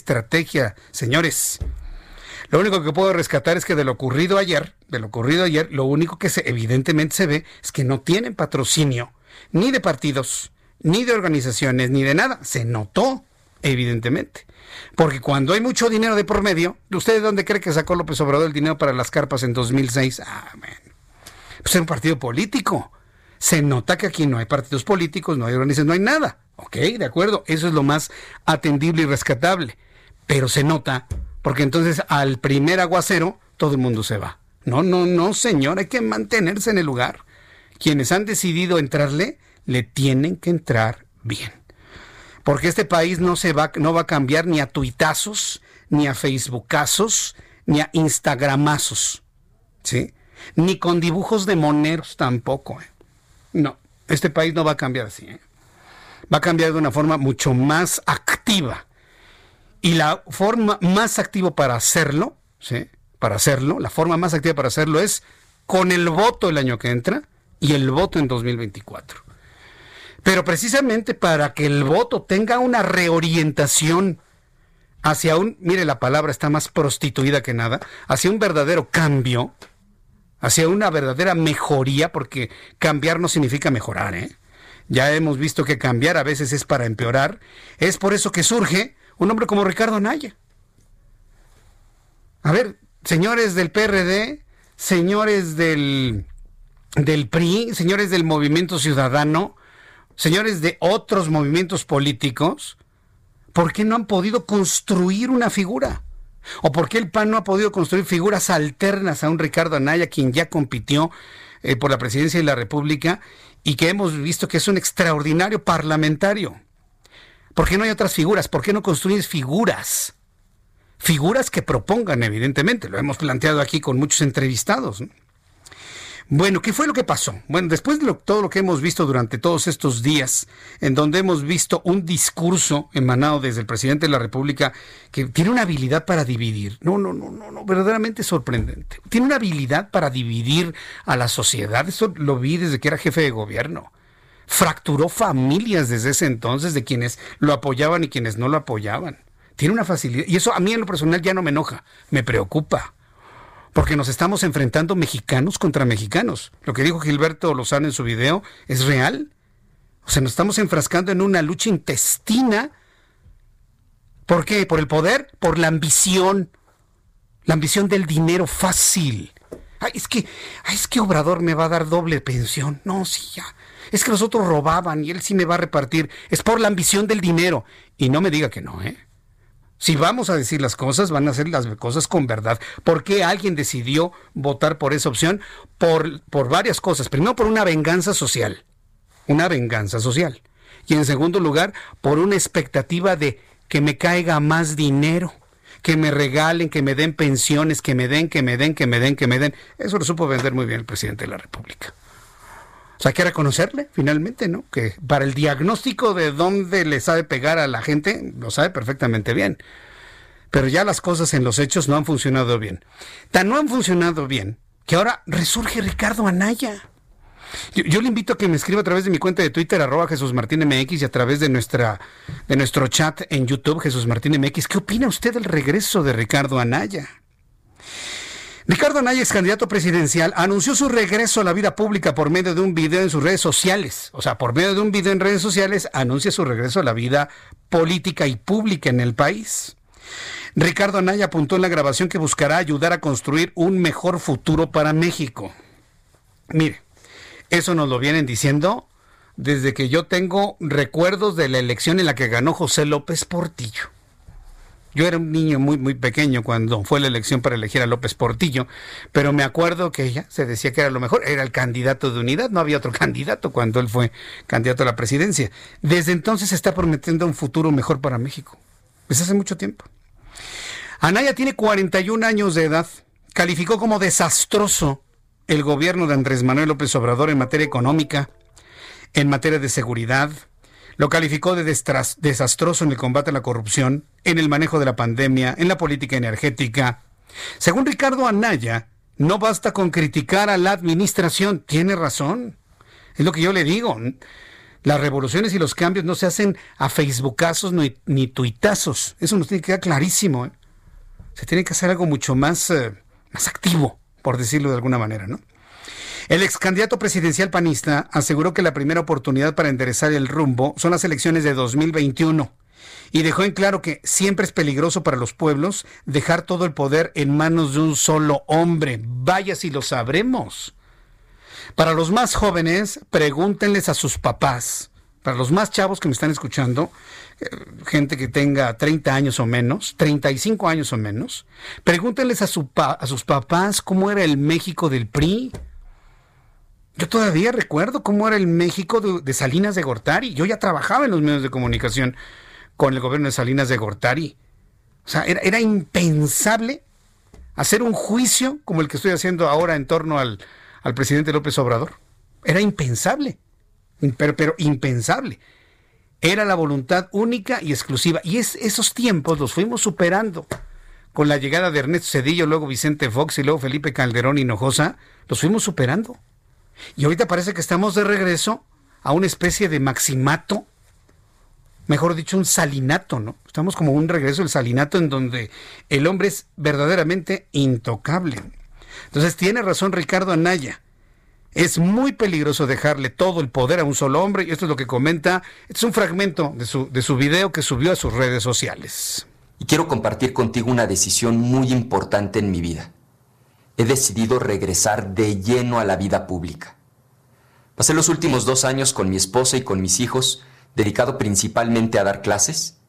señores. Lo único que puedo rescatar es que de lo ocurrido ayer, lo único que evidentemente se ve es que no tienen patrocinio, ni de partidos, ni de organizaciones, ni de nada. Se notó, evidentemente. Porque cuando hay mucho dinero de por medio, ¿usted de dónde cree que sacó López Obrador el dinero para las carpas en 2006? Pues era un partido político. Se nota que aquí no hay partidos políticos, no hay organizaciones, no hay nada. Ok, de acuerdo, eso es lo más atendible y rescatable. Pero se nota, porque entonces al primer aguacero todo el mundo se va. No, señor, hay que mantenerse en el lugar. Quienes han decidido entrarle, le tienen que entrar bien. Porque este país no va a cambiar ni a tuitazos, ni a facebookazos, ni a instagramazos, ¿sí? Ni con dibujos de moneros tampoco, ¿eh? No, este país no va a cambiar así, ¿eh? Va a cambiar de una forma mucho más activa. Y la forma más activa para hacerlo, ¿sí? La forma más activa para hacerlo es con el voto el año que entra y el voto en 2024. Pero precisamente para que el voto tenga una reorientación hacia mire, la palabra está más prostituida que nada, hacia un verdadero cambio, hacia una verdadera mejoría, porque cambiar no significa mejorar, ¿eh? Ya hemos visto que cambiar a veces es para empeorar. Es por eso que surge un hombre como Ricardo Anaya. A ver, señores del PRD, señores del PRI, señores del Movimiento Ciudadano, señores de otros movimientos políticos, ¿por qué no han podido construir una figura? ¿O por qué el PAN no ha podido construir figuras alternas a un Ricardo Anaya, quien ya compitió por la presidencia de la República y que hemos visto que es un extraordinario parlamentario? ¿Por qué no hay otras figuras? ¿Por qué no construyes figuras? Figuras que propongan, evidentemente. Lo hemos planteado aquí con muchos entrevistados, ¿no? Bueno, ¿qué fue lo que pasó? Bueno, después de todo lo que hemos visto durante todos estos días, en donde hemos visto un discurso emanado desde el presidente de la República que tiene una habilidad para dividir. No, verdaderamente sorprendente. Tiene una habilidad para dividir a la sociedad. Eso lo vi desde que era jefe de gobierno. Fracturó familias desde ese entonces de quienes lo apoyaban y quienes no lo apoyaban. Tiene una facilidad. Y eso a mí en lo personal ya no me enoja, me preocupa. Porque nos estamos enfrentando mexicanos contra mexicanos. Lo que dijo Gilberto Lozano en su video es real. O sea, nos estamos enfrascando en una lucha intestina. ¿Por qué? ¿Por el poder? Por la ambición. La ambición del dinero fácil. Es que Obrador me va a dar doble pensión. No, sí, ya. Es que los otros robaban y él sí me va a repartir. Es por la ambición del dinero. Y no me diga que no, ¿eh? Si vamos a decir las cosas, van a ser las cosas con verdad. ¿Por qué alguien decidió votar por esa opción? Por varias cosas. Primero, por una venganza social. Una venganza social. Y en segundo lugar, por una expectativa de que me caiga más dinero. Que me regalen, que me den pensiones, que me den. Eso lo supo vender muy bien el presidente de la República. O sea, hay que reconocerle, finalmente, ¿no? Que para el diagnóstico de dónde le sabe pegar a la gente, lo sabe perfectamente bien. Pero ya las cosas en los hechos no han funcionado bien. Tan no han funcionado bien que ahora resurge Ricardo Anaya. Yo le invito a que me escriba a través de mi cuenta de Twitter, @JesusMartinMX, y a través de nuestro chat en YouTube, Jesús Martín MX. ¿Qué opina usted del regreso de Ricardo Anaya? Ricardo Anaya, ex candidato presidencial, anunció su regreso a la vida pública por medio de un video en sus redes sociales. O sea, por medio de un video en redes sociales, anuncia su regreso a la vida política y pública en el país. Ricardo Anaya apuntó en la grabación que buscará ayudar a construir un mejor futuro para México. Mire, eso nos lo vienen diciendo desde que yo tengo recuerdos de la elección en la que ganó José López Portillo. Yo era un niño muy, muy pequeño cuando fue la elección para elegir a López Portillo, pero me acuerdo que ya se decía que era lo mejor, era el candidato de unidad, no había otro candidato cuando él fue candidato a la presidencia. Desde entonces se está prometiendo un futuro mejor para México, desde hace mucho tiempo. Anaya tiene 41 años de edad, calificó como desastroso el gobierno de Andrés Manuel López Obrador en materia económica, en materia de seguridad. Lo calificó de desastroso en el combate a la corrupción, en el manejo de la pandemia, en la política energética. Según Ricardo Anaya, no basta con criticar a la administración. Tiene razón. Es lo que yo le digo. Las revoluciones y los cambios no se hacen a facebookazos ni tuitazos. Eso nos tiene que quedar clarísimo, ¿eh? Se tiene que hacer algo mucho más activo, por decirlo de alguna manera, ¿no? El ex candidato presidencial panista aseguró que la primera oportunidad para enderezar el rumbo son las elecciones de 2021 y dejó en claro que siempre es peligroso para los pueblos dejar todo el poder en manos de un solo hombre. Vaya si lo sabremos. Para los más jóvenes, pregúntenles a sus papás. Para los más chavos que me están escuchando, gente que tenga 30 años o menos, 35 años o menos, pregúntenles a sus papás cómo era el México del PRI. Yo todavía recuerdo cómo era el México de Salinas de Gortari. Yo ya trabajaba en los medios de comunicación con el gobierno de Salinas de Gortari. O sea, era impensable hacer un juicio como el que estoy haciendo ahora en torno al presidente López Obrador. Era impensable, pero impensable. Era la voluntad única y exclusiva. Y esos tiempos los fuimos superando. Con la llegada de Ernesto Zedillo, luego Vicente Fox y luego Felipe Calderón Hinojosa, los fuimos superando. Y ahorita parece que estamos de regreso a una especie de maximato, mejor dicho, un salinato, ¿no? Estamos como un regreso del salinato en donde el hombre es verdaderamente intocable. Entonces tiene razón Ricardo Anaya. Es muy peligroso dejarle todo el poder a un solo hombre, y esto es lo que comenta. Este es un fragmento de su video que subió a sus redes sociales. Y quiero compartir contigo una decisión muy importante en mi vida. He decidido regresar de lleno a la vida pública. Pasé los últimos 2 años con mi esposa y con mis hijos, dedicado principalmente a dar clases,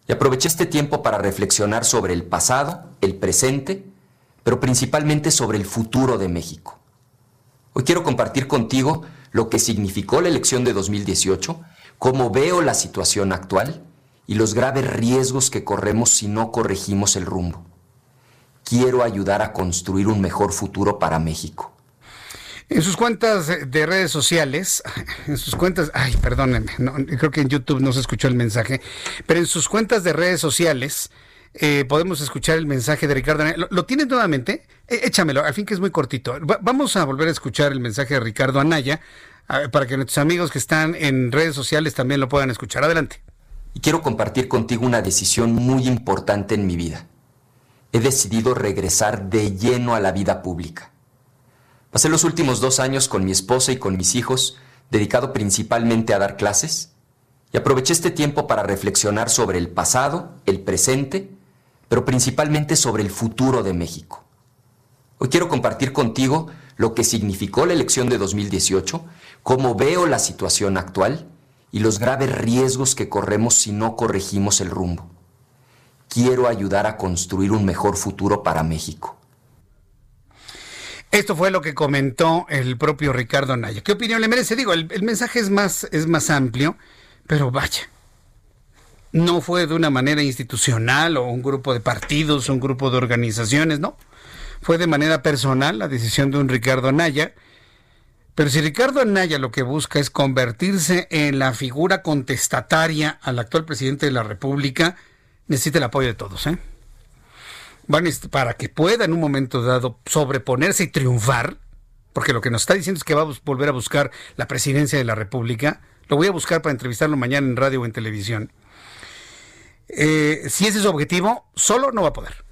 Y aproveché este tiempo para reflexionar sobre el pasado, el presente, pero principalmente sobre el futuro de México. Hoy quiero compartir contigo lo que significó la elección de 2018, cómo veo la situación actual y los graves riesgos que corremos si no corregimos el rumbo. Quiero ayudar a construir un mejor futuro para México. En sus cuentas de redes sociales, perdónenme, creo que en YouTube no se escuchó el mensaje, pero en sus cuentas de redes sociales podemos escuchar el mensaje de Ricardo Anaya. ¿Lo tienes nuevamente? Échamelo, al fin que es muy cortito. Vamos a volver a escuchar el mensaje de Ricardo Anaya para que nuestros amigos que están en redes sociales también lo puedan escuchar. Adelante. Y quiero compartir contigo una decisión muy importante en mi vida. He decidido regresar de lleno a la vida pública. Pasé los últimos 2 años con mi esposa y con mis hijos, dedicado principalmente a dar clases, y aproveché este tiempo para reflexionar sobre el pasado, el presente, pero principalmente sobre el futuro de México. Hoy quiero compartir contigo lo que significó la elección de 2018, cómo veo la situación actual y los graves riesgos que corremos si no corregimos el rumbo. Quiero ayudar a construir un mejor futuro para México. Esto fue lo que comentó el propio Ricardo Anaya. ¿Qué opinión le merece? Digo, el mensaje es más amplio, pero vaya, no fue de una manera institucional o un grupo de partidos, un grupo de organizaciones, no. Fue de manera personal la decisión de un Ricardo Anaya. Pero si Ricardo Anaya lo que busca es convertirse en la figura contestataria al actual presidente de la República, necesita el apoyo de todos, para que pueda en un momento dado sobreponerse y triunfar, porque lo que nos está diciendo es que va a volver a buscar la presidencia de la República. Lo voy a buscar para entrevistarlo mañana en radio o en televisión. Si ese es su objetivo, solo no va a poder.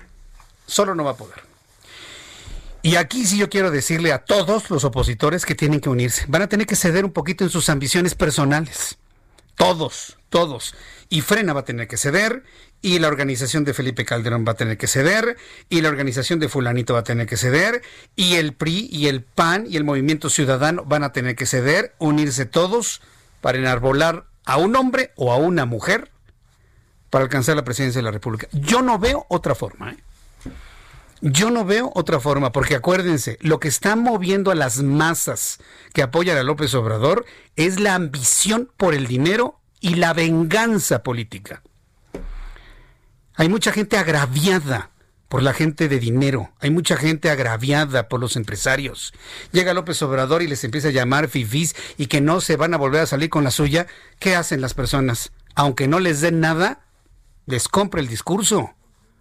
Y aquí sí yo quiero decirle a todos los opositores que tienen que unirse. Van a tener que ceder un poquito en sus ambiciones personales. Todos. Y Frena va a tener que ceder, y la organización de Felipe Calderón va a tener que ceder, y la organización de fulanito va a tener que ceder, y el PRI, y el PAN, y el Movimiento Ciudadano van a tener que ceder, unirse todos para enarbolar a un hombre o a una mujer para alcanzar la presidencia de la República. Yo no veo otra forma, porque acuérdense, lo que está moviendo a las masas que apoyan a López Obrador es la ambición por el dinero y la venganza política. Hay mucha gente agraviada por la gente de dinero, hay mucha gente agraviada por los empresarios. Llega López Obrador y les empieza a llamar fifís y que no se van a volver a salir con la suya. ¿Qué hacen las personas? Aunque no les den nada, les compra el discurso.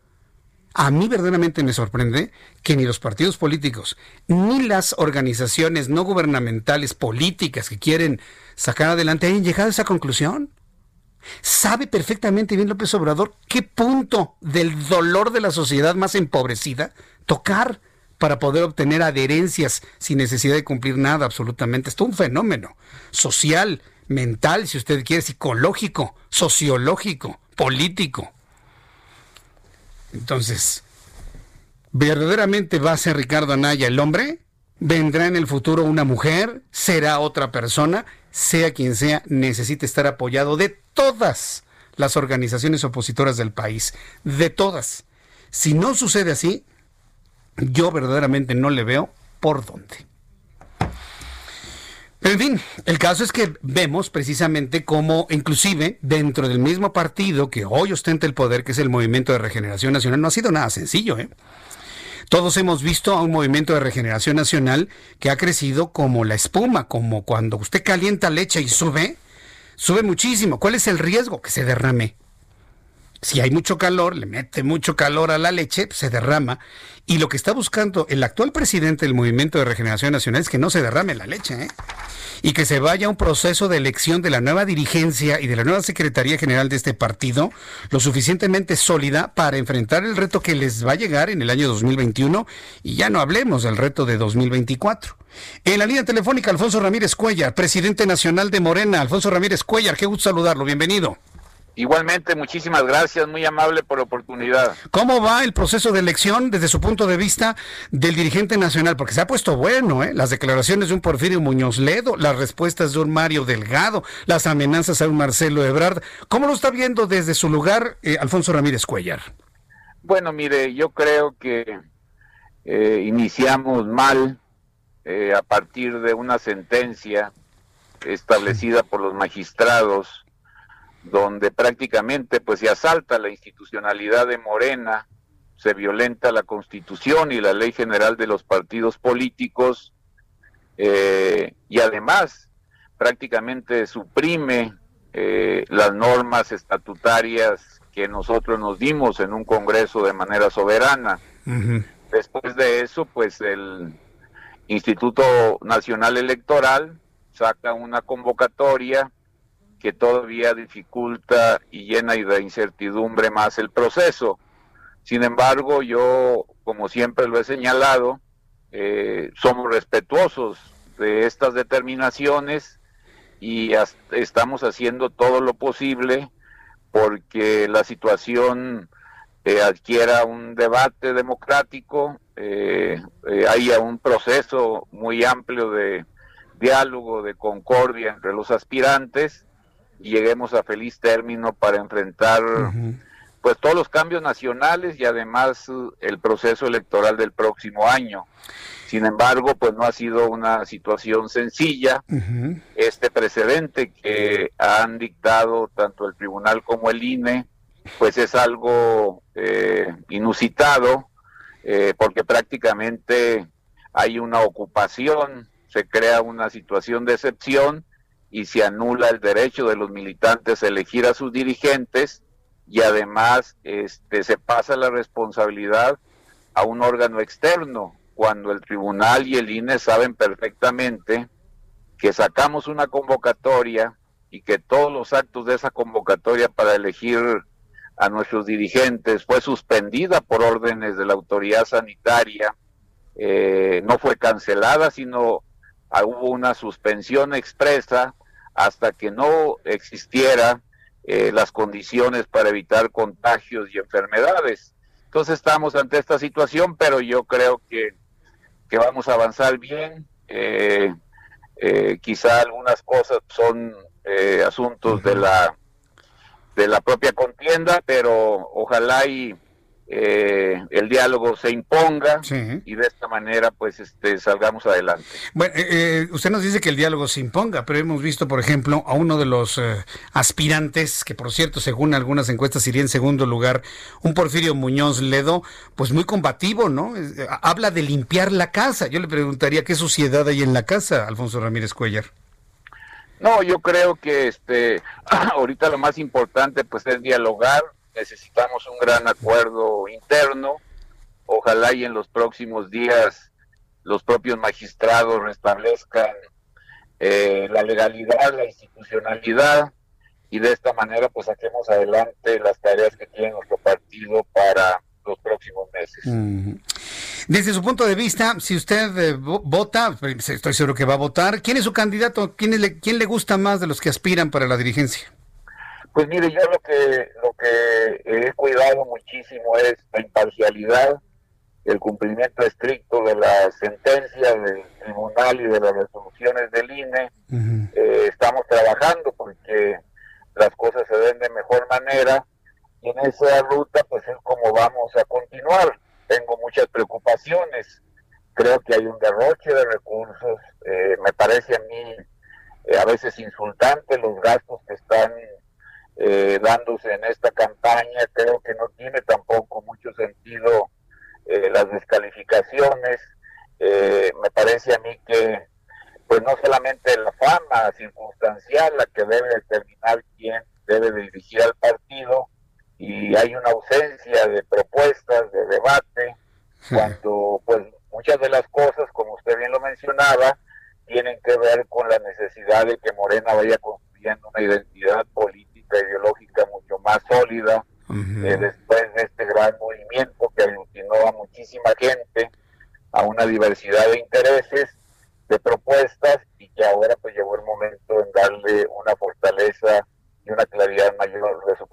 A mí verdaderamente me sorprende que ni los partidos políticos, ni las organizaciones no gubernamentales políticas que quieren sacar adelante hayan llegado a esa conclusión. Sabe perfectamente bien López Obrador qué punto del dolor de la sociedad más empobrecida tocar para poder obtener adherencias sin necesidad de cumplir nada absolutamente. Esto es un fenómeno social, mental, si usted quiere, psicológico, sociológico, político. Entonces, ¿verdaderamente va a ser Ricardo Anaya el hombre? ¿Vendrá en el futuro una mujer? ¿Será otra persona? Sea quien sea, necesita estar apoyado de todas las organizaciones opositoras del país. De todas. Si no sucede así, yo verdaderamente no le veo por dónde. Pero en fin, el caso es que vemos precisamente cómo, inclusive, dentro del mismo partido que hoy ostenta el poder, que es el Movimiento de Regeneración Nacional, no ha sido nada sencillo, Todos hemos visto a un Movimiento de Regeneración Nacional que ha crecido como la espuma, como cuando usted calienta leche y sube muchísimo. ¿Cuál es el riesgo? Que se derrame. Si hay mucho calor, le mete mucho calor a la leche, se derrama. Y lo que está buscando el actual presidente del Movimiento de Regeneración Nacional es que no se derrame la leche, y que se vaya a un proceso de elección de la nueva dirigencia y de la nueva Secretaría General de este partido lo suficientemente sólida para enfrentar el reto que les va a llegar en el año 2021, y ya no hablemos del reto de 2024. En la línea telefónica, Alfonso Ramírez Cuellar, presidente nacional de Morena. Alfonso Ramírez Cuellar, qué gusto saludarlo, bienvenido. Igualmente, muchísimas gracias, muy amable por la oportunidad. ¿Cómo va el proceso de elección desde su punto de vista del dirigente nacional? Porque se ha puesto bueno, ¿eh? Las declaraciones de un Porfirio Muñoz Ledo, las respuestas de un Mario Delgado, las amenazas a un Marcelo Ebrard. ¿Cómo lo está viendo desde su lugar, Alfonso Ramírez Cuellar? Bueno, mire, yo creo que iniciamos mal a partir de una sentencia establecida por los magistrados, donde prácticamente pues se asalta la institucionalidad de Morena, se violenta la Constitución y la Ley General de los partidos políticos, y además prácticamente suprime las normas estatutarias que nosotros nos dimos en un Congreso de manera soberana. Uh-huh. Después de eso, pues el Instituto Nacional Electoral saca una convocatoria que todavía dificulta y llena de incertidumbre más el proceso. Sin embargo, yo, como siempre lo he señalado, somos respetuosos de estas determinaciones y estamos haciendo todo lo posible porque la situación adquiera un debate democrático, haya un proceso muy amplio de diálogo, de concordia entre los aspirantes, y lleguemos a feliz término para enfrentar pues todos los cambios nacionales y además el proceso electoral del próximo año. Sin embargo, pues no ha sido una situación sencilla. Este precedente que han dictado tanto el tribunal como el INE, pues es algo inusitado, porque prácticamente hay una ocupación, se crea una situación de excepción y se anula el derecho de los militantes a elegir a sus dirigentes, y además se pasa la responsabilidad a un órgano externo, cuando el tribunal y el INE saben perfectamente que sacamos una convocatoria y que todos los actos de esa convocatoria para elegir a nuestros dirigentes fue suspendida por órdenes de la autoridad sanitaria, no fue cancelada, sino hubo una suspensión expresa hasta que no existiera las condiciones para evitar contagios y enfermedades. Entonces estamos ante esta situación, pero yo creo que vamos a avanzar bien. Quizá algunas cosas son asuntos de la propia contienda, pero ojalá y el diálogo se imponga, sí, y de esta manera pues salgamos adelante. Bueno, usted nos dice que el diálogo se imponga, pero hemos visto, por ejemplo, a uno de los aspirantes, que por cierto, según algunas encuestas iría en segundo lugar, un Porfirio Muñoz Ledo, pues muy combativo, ¿no? Habla de limpiar la casa. Yo le preguntaría qué suciedad hay en la casa, Alfonso Ramírez Cuellar. No, yo creo que ahorita lo más importante pues es dialogar. Necesitamos un gran acuerdo interno. Ojalá y en los próximos días los propios magistrados restablezcan la legalidad, la institucionalidad, y de esta manera pues saquemos adelante las tareas que tiene nuestro partido para los próximos meses. Desde su punto de vista, si usted vota, estoy seguro que va a votar, ¿quién es su candidato? ¿Quién le gusta más de los que aspiran para la dirigencia? Pues mire, yo lo que he cuidado muchísimo es la imparcialidad, el cumplimiento estricto de la sentencia del tribunal y de las resoluciones del INE. Estamos trabajando porque las cosas se den de mejor manera, y en esa ruta pues es como vamos a continuar. Tengo muchas preocupaciones, creo que hay un derroche de recursos, me parece a mí a veces insultante los gastos que están dándose en esta campaña. Creo que no tiene tampoco mucho sentido las descalificaciones. Me parece a mí que pues no solamente la fama circunstancial la que debe determinar quién debe dirigir al partido, y hay una ausencia de propuestas, de debate, cuando pues muchas de las cosas, como usted bien lo mencionaba, tienen que ver con la necesidad de que Morena vaya construyendo una identidad política, ideológica mucho más sólida, después de este gran movimiento que aglutinó a muchísima gente, a una diversidad de intereses, de propuestas, y que ahora pues llegó el momento en darle una fortaleza y una claridad mayor de su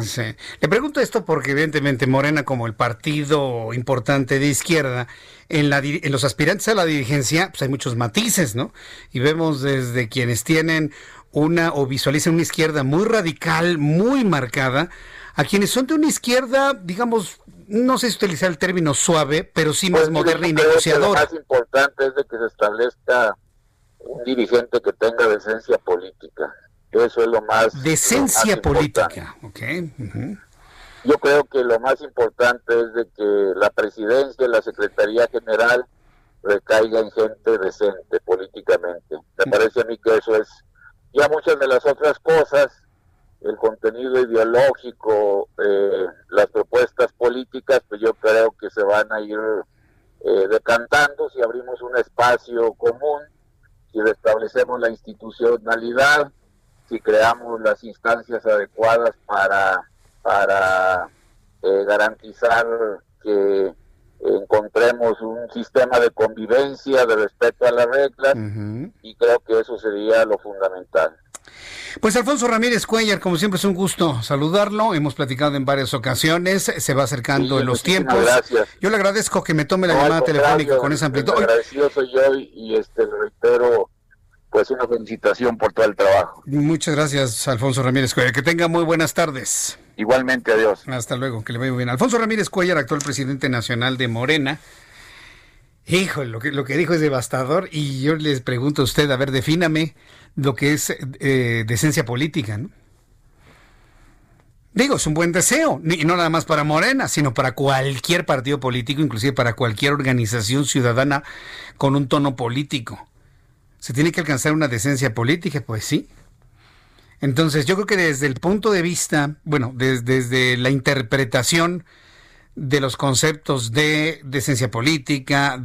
Sí. Le pregunto esto porque evidentemente Morena, como el partido importante de izquierda, en los aspirantes a la dirigencia, pues hay muchos matices, ¿no? Y vemos desde quienes tienen o visualizan una izquierda muy radical, muy marcada, a quienes son de una izquierda, digamos, no sé si utilizar el término suave, pero sí más moderna y negociadora. Lo más importante es de que se establezca un dirigente que tenga decencia política. Eso es lo más... Decencia política, ok. Uh-huh. Yo creo que lo más importante es de que la presidencia y la secretaría general recaiga en gente decente políticamente. Me parece a mí que eso es... Ya muchas de las otras cosas, el contenido ideológico, las propuestas políticas, pues yo creo que se van a ir decantando si abrimos un espacio común, si restablecemos la institucionalidad, si creamos las instancias adecuadas para garantizar que encontremos un sistema de convivencia, de respeto a las reglas, y creo que eso sería lo fundamental. Pues Alfonso Ramírez Cuéllar, como siempre es un gusto saludarlo, hemos platicado en varias ocasiones, se va acercando en los tiempos. Gracias. Yo le agradezco que me tome la llamada telefónica con esa amplitud. Agradecido soy yo y le reitero pues una felicitación por todo el trabajo. Muchas gracias, Alfonso Ramírez Cuéllar, que tenga muy buenas tardes. Igualmente, adiós. Hasta luego, que le vaya muy bien. Alfonso Ramírez Cuéllar, actual presidente nacional de Morena. Híjole, lo que dijo es devastador, y yo les pregunto a usted, a ver, defíname lo que es decencia política, ¿no? Digo, es un buen deseo, y no nada más para Morena, sino para cualquier partido político, inclusive para cualquier organización ciudadana con un tono político. ¿Se tiene que alcanzar una decencia política? Pues sí. Entonces, yo creo que desde el punto de vista, bueno, desde la interpretación de los conceptos de decencia política,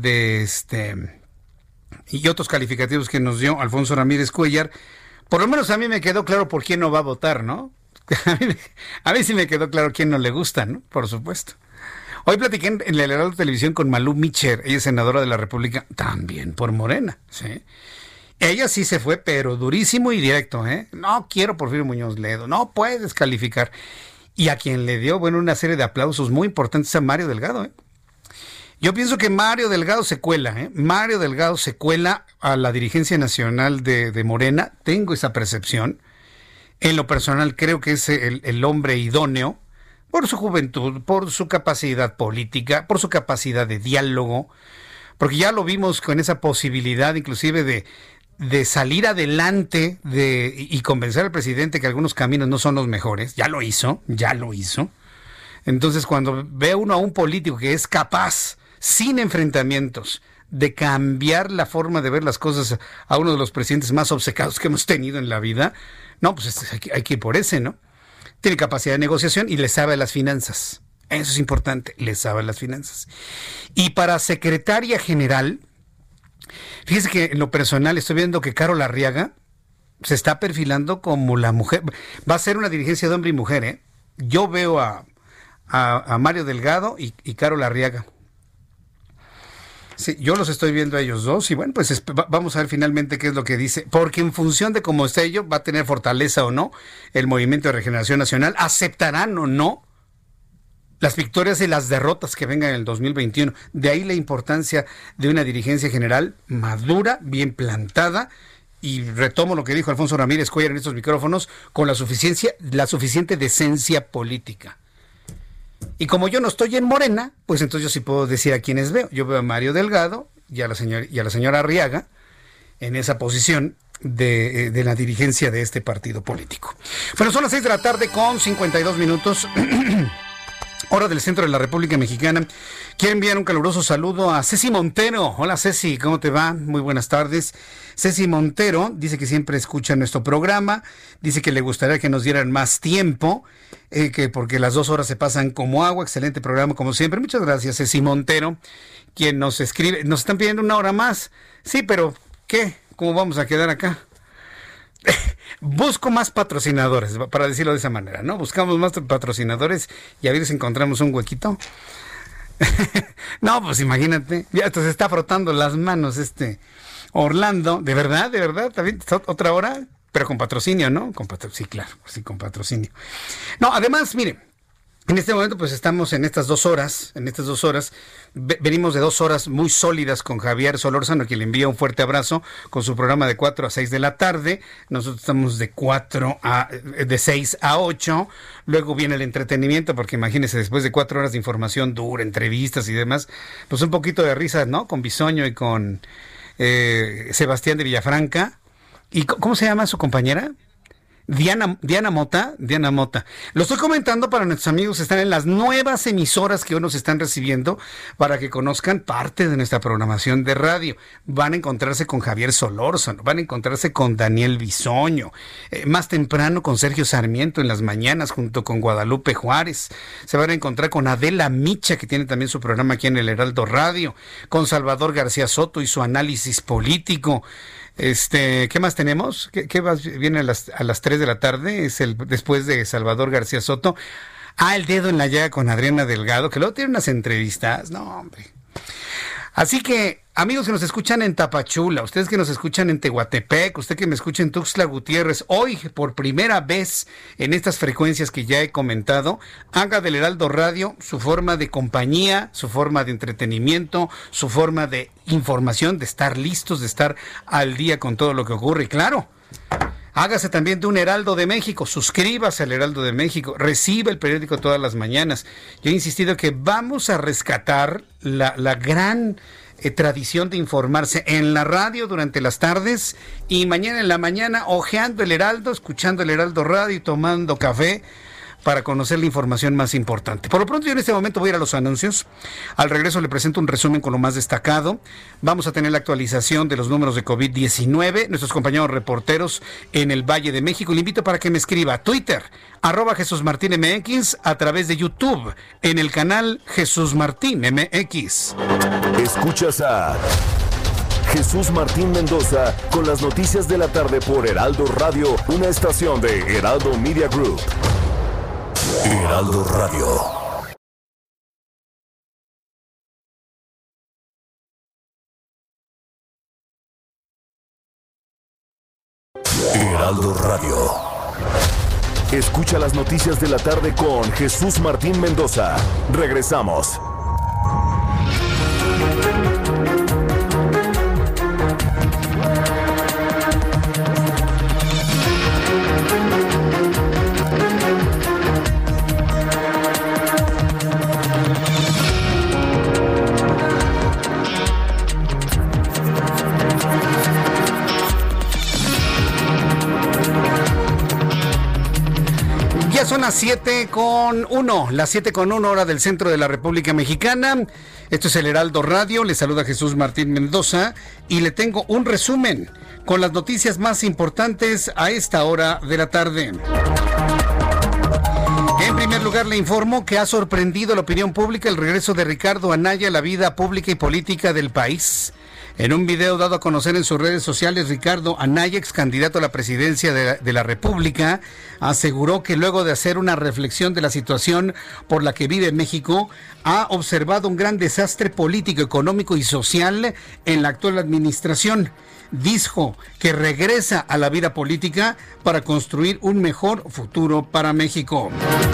y otros calificativos que nos dio Alfonso Ramírez Cuéllar, por lo menos a mí me quedó claro por quién no va a votar, ¿no? A mí sí me quedó claro quién no le gusta, ¿no? Por supuesto. Hoy platiqué en el Heraldo Televisión con Malú Micher, ella es senadora de la República, también por Morena, ¿sí? Ella sí se fue, pero durísimo y directo, ¿eh? No quiero Porfirio Muñoz Ledo, no puedes calificar. Y a quien le dio, bueno, una serie de aplausos muy importantes a Mario Delgado, ¿eh? Yo pienso que Mario Delgado se cuela, ¿eh? Mario Delgado se cuela a la dirigencia nacional de Morena, tengo esa percepción. En lo personal creo que es el hombre idóneo, por su juventud, por su capacidad política, por su capacidad de diálogo, porque ya lo vimos con esa posibilidad inclusive de salir adelante y convencer al presidente que algunos caminos no son los mejores. Ya lo hizo. Entonces, cuando ve uno a un político que es capaz, sin enfrentamientos, de cambiar la forma de ver las cosas a uno de los presidentes más obcecados que hemos tenido en la vida, no, pues hay que ir por ese, ¿no? Tiene capacidad de negociación y le sabe a las finanzas. Eso es importante, le sabe a las finanzas. Y para secretaria general, fíjese que en lo personal estoy viendo que Carol Arriaga se está perfilando como la mujer. Va a ser una dirigencia de hombre y mujer, ¿eh? Yo veo a Mario Delgado y Carol Arriaga. Sí, yo los estoy viendo a ellos dos y bueno, pues vamos a ver finalmente qué es lo que dice, porque en función de cómo esté ello, va a tener fortaleza o no el Movimiento de Regeneración Nacional, aceptarán o no las victorias y las derrotas que vengan en el 2021. De ahí la importancia de una dirigencia general madura, bien plantada, y retomo lo que dijo Alfonso Ramírez Cuéllar en estos micrófonos, con la suficiente decencia política. Y como yo no estoy en Morena, pues entonces yo sí puedo decir a quiénes veo. Yo veo a Mario Delgado y a la señora Arriaga en esa posición de la dirigencia de este partido político. Bueno, son las 6 de la tarde con 52 minutos. Hora del centro de la República Mexicana. Quiero enviar un caluroso saludo a Ceci Montero. Hola Ceci, ¿cómo te va? Muy buenas tardes. Ceci Montero dice que siempre escucha nuestro programa, dice que le gustaría que nos dieran más tiempo, que porque las 2 horas se pasan como agua. Excelente programa como siempre. Muchas gracias, Ceci Montero, quien nos escribe. Nos están pidiendo 1 hora más. Sí, pero ¿qué? ¿Cómo vamos a quedar acá? Busco más patrocinadores, para decirlo de esa manera, ¿no? Buscamos más patrocinadores y a ver si encontramos un huequito. No, pues imagínate, ya hasta se está frotando las manos Orlando. ¿De verdad? ¿También otra hora? Pero con patrocinio, ¿no? Sí, claro, sí, con patrocinio. No, además, mire, en este momento pues estamos en estas 2 horas, venimos de 2 horas muy sólidas con Javier Solórzano, a quien le envía un fuerte abrazo, con su programa de 4 a 6 de la tarde. Nosotros estamos de 6 a 8, luego viene el entretenimiento, porque imagínense, después de 4 horas de información dura, entrevistas y demás, pues un poquito de risas, ¿no? Con Bisoño y con Sebastián de Villafranca. ¿Y cómo se llama su compañera? Diana Mota. Lo estoy comentando para nuestros amigos que están en las nuevas emisoras que hoy nos están recibiendo, para que conozcan parte de nuestra programación de radio. Van a encontrarse con Javier Solórzano, van a encontrarse con Daniel Bisoño, más temprano con Sergio Sarmiento en las mañanas junto con Guadalupe Juárez. Se van a encontrar con Adela Micha, que tiene también su programa aquí en el Heraldo Radio, con Salvador García Soto y su análisis político. ¿Qué más tenemos? ¿Qué más viene a las 3 de la tarde? Es después de Salvador García Soto. El dedo en la llaga con Adriana Delgado, que luego tiene unas entrevistas. No, hombre. Así que, amigos que nos escuchan en Tapachula, ustedes que nos escuchan en Tehuantepec, usted que me escucha en Tuxtla Gutiérrez, hoy por primera vez en estas frecuencias que ya he comentado, haga del Heraldo Radio su forma de compañía, su forma de entretenimiento, su forma de información, de estar listos, de estar al día con todo lo que ocurre. Y claro, hágase también de un Heraldo de México, suscríbase al Heraldo de México, reciba el periódico todas las mañanas. Yo he insistido que vamos a rescatar la gran tradición de informarse en la radio durante las tardes y mañana en la mañana hojeando el Heraldo, escuchando el Heraldo Radio y tomando café para conocer la información más importante. Por lo pronto yo en este momento voy a ir a los anuncios. Al regreso le presento un resumen con lo más destacado. Vamos a tener la actualización de los números de COVID-19. Nuestros compañeros reporteros en el Valle de México. Le invito para que me escriba a Twitter, @JesúsMartínMX, a través de YouTube, en el canal Jesús Martín MX. Escuchas a Jesús Martín Mendoza con las noticias de la tarde por Heraldo Radio, una estación de Heraldo Media Group. Heraldo Radio. Heraldo Radio. Escucha las noticias de la tarde con Jesús Martín Mendoza. Regresamos. Son las 7:01 hora del centro de la República Mexicana. Esto es el Heraldo Radio, le saluda Jesús Martín Mendoza y le tengo un resumen con las noticias más importantes a esta hora de la tarde. En primer lugar, le informo que ha sorprendido a la opinión pública el regreso de Ricardo Anaya a la vida pública y política del país. En un video dado a conocer en sus redes sociales, Ricardo Anaya, ex candidato a la presidencia de la República, aseguró que luego de hacer una reflexión de la situación por la que vive México, ha observado un gran desastre político, económico y social en la actual administración. Dijo que regresa a la vida política para construir un mejor futuro para México.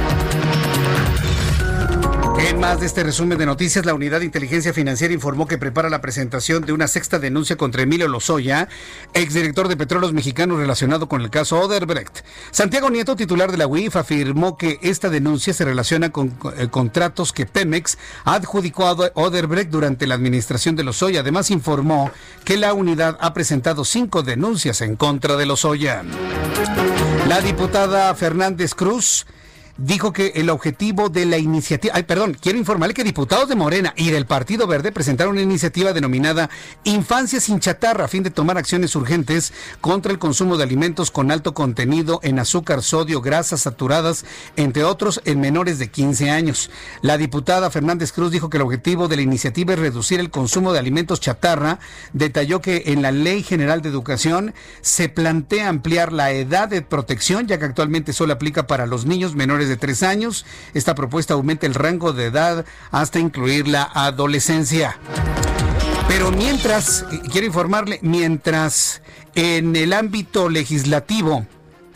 En más de este resumen de noticias, la Unidad de Inteligencia Financiera informó que prepara la presentación de una sexta denuncia contra Emilio Lozoya, exdirector de Petróleos Mexicanos relacionado con el caso Odebrecht. Santiago Nieto, titular de la UIF, afirmó que esta denuncia se relaciona con contratos que Pemex adjudicó a Odebrecht durante la administración de Lozoya. Además, informó que la unidad ha presentado 5 denuncias en contra de Lozoya. La diputada Fernández Cruz dijo que el objetivo de la iniciativa... quiero informarle que diputados de Morena y del Partido Verde presentaron una iniciativa denominada Infancia sin Chatarra a fin de tomar acciones urgentes contra el consumo de alimentos con alto contenido en azúcar, sodio, grasas saturadas, entre otros, en menores de 15 años. La diputada Fernández Cruz dijo que el objetivo de la iniciativa es reducir el consumo de alimentos chatarra. Detalló que en la Ley General de Educación se plantea ampliar la edad de protección, ya que actualmente solo aplica para los niños menores de 3 años. Esta propuesta aumenta el rango de edad hasta incluir la adolescencia. Pero mientras, quiero informarle, mientras en el ámbito legislativo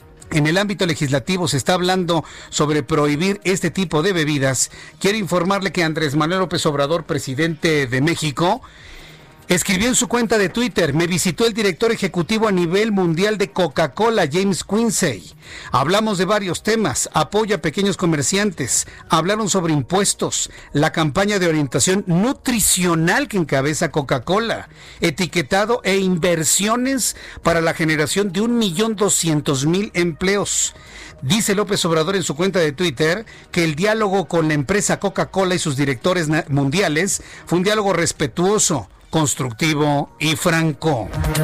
se está hablando sobre prohibir este tipo de bebidas, quiero informarle que Andrés Manuel López Obrador, presidente de México, escribió en su cuenta de Twitter: me visitó el director ejecutivo a nivel mundial de Coca-Cola, James Quincey. Hablamos de varios temas, apoyo a pequeños comerciantes, hablaron sobre impuestos, la campaña de orientación nutricional que encabeza Coca-Cola, etiquetado e inversiones para la generación de 1.200.000 empleos. Dice López Obrador en su cuenta de Twitter que el diálogo con la empresa Coca-Cola y sus directores mundiales fue un diálogo respetuoso, constructivo y franco.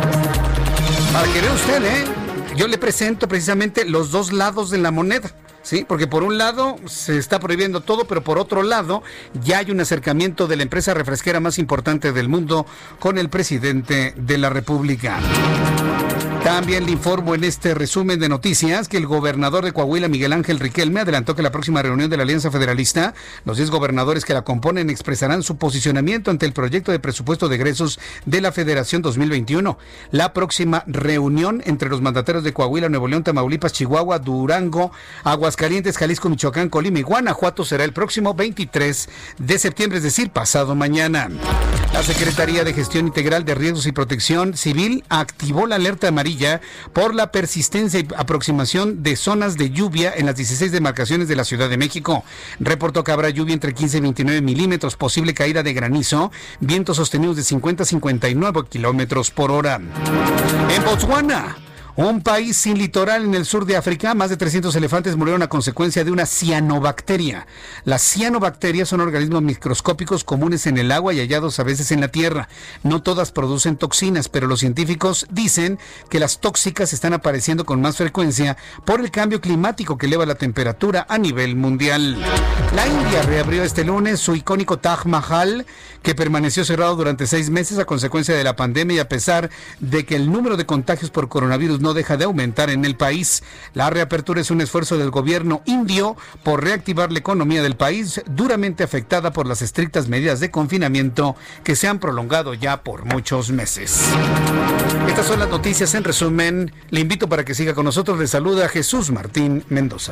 Para que vea usted, yo le presento precisamente los dos lados de la moneda, ¿sí? Porque por un lado se está prohibiendo todo, pero por otro lado ya hay un acercamiento de la empresa refresquera más importante del mundo con el presidente de la República. También le informo en este resumen de noticias que el gobernador de Coahuila, Miguel Ángel Riquelme, adelantó que la próxima reunión de la Alianza Federalista, los 10 gobernadores que la componen expresarán su posicionamiento ante el proyecto de presupuesto de egresos de la Federación 2021. La próxima reunión entre los mandatarios de Coahuila, Nuevo León, Tamaulipas, Chihuahua, Durango, Aguascalientes, Jalisco, Michoacán, Colima y Guanajuato será el próximo 23 de septiembre, es decir, pasado mañana. La Secretaría de Gestión Integral de Riesgos y Protección Civil activó la alerta amarilla por la persistencia y aproximación de zonas de lluvia en las 16 demarcaciones de la Ciudad de México. Reportó que habrá lluvia entre 15 y 29 milímetros, posible caída de granizo, vientos sostenidos de 50 a 59 kilómetros por hora. En Botswana, un país sin litoral en el sur de África, más de 300 elefantes murieron a consecuencia de una cianobacteria. Las cianobacterias son organismos microscópicos comunes en el agua y hallados a veces en la tierra. No todas producen toxinas, pero los científicos dicen que las tóxicas están apareciendo con más frecuencia por el cambio climático que eleva la temperatura a nivel mundial. La India reabrió este lunes su icónico Taj Mahal, que permaneció cerrado durante 6 meses a consecuencia de la pandemia y a pesar de que el número de contagios por coronavirus no deja de aumentar en el país. La reapertura es un esfuerzo del gobierno indio por reactivar la economía del país, duramente afectada por las estrictas medidas de confinamiento que se han prolongado ya por muchos meses. Estas son las noticias en resumen. Le invito para que siga con nosotros. Le saluda Jesús Martín Mendoza.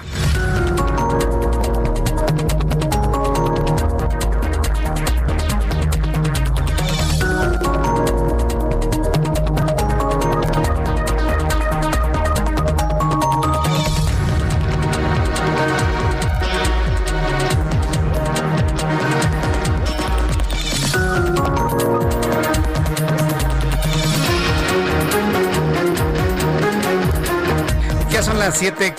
Las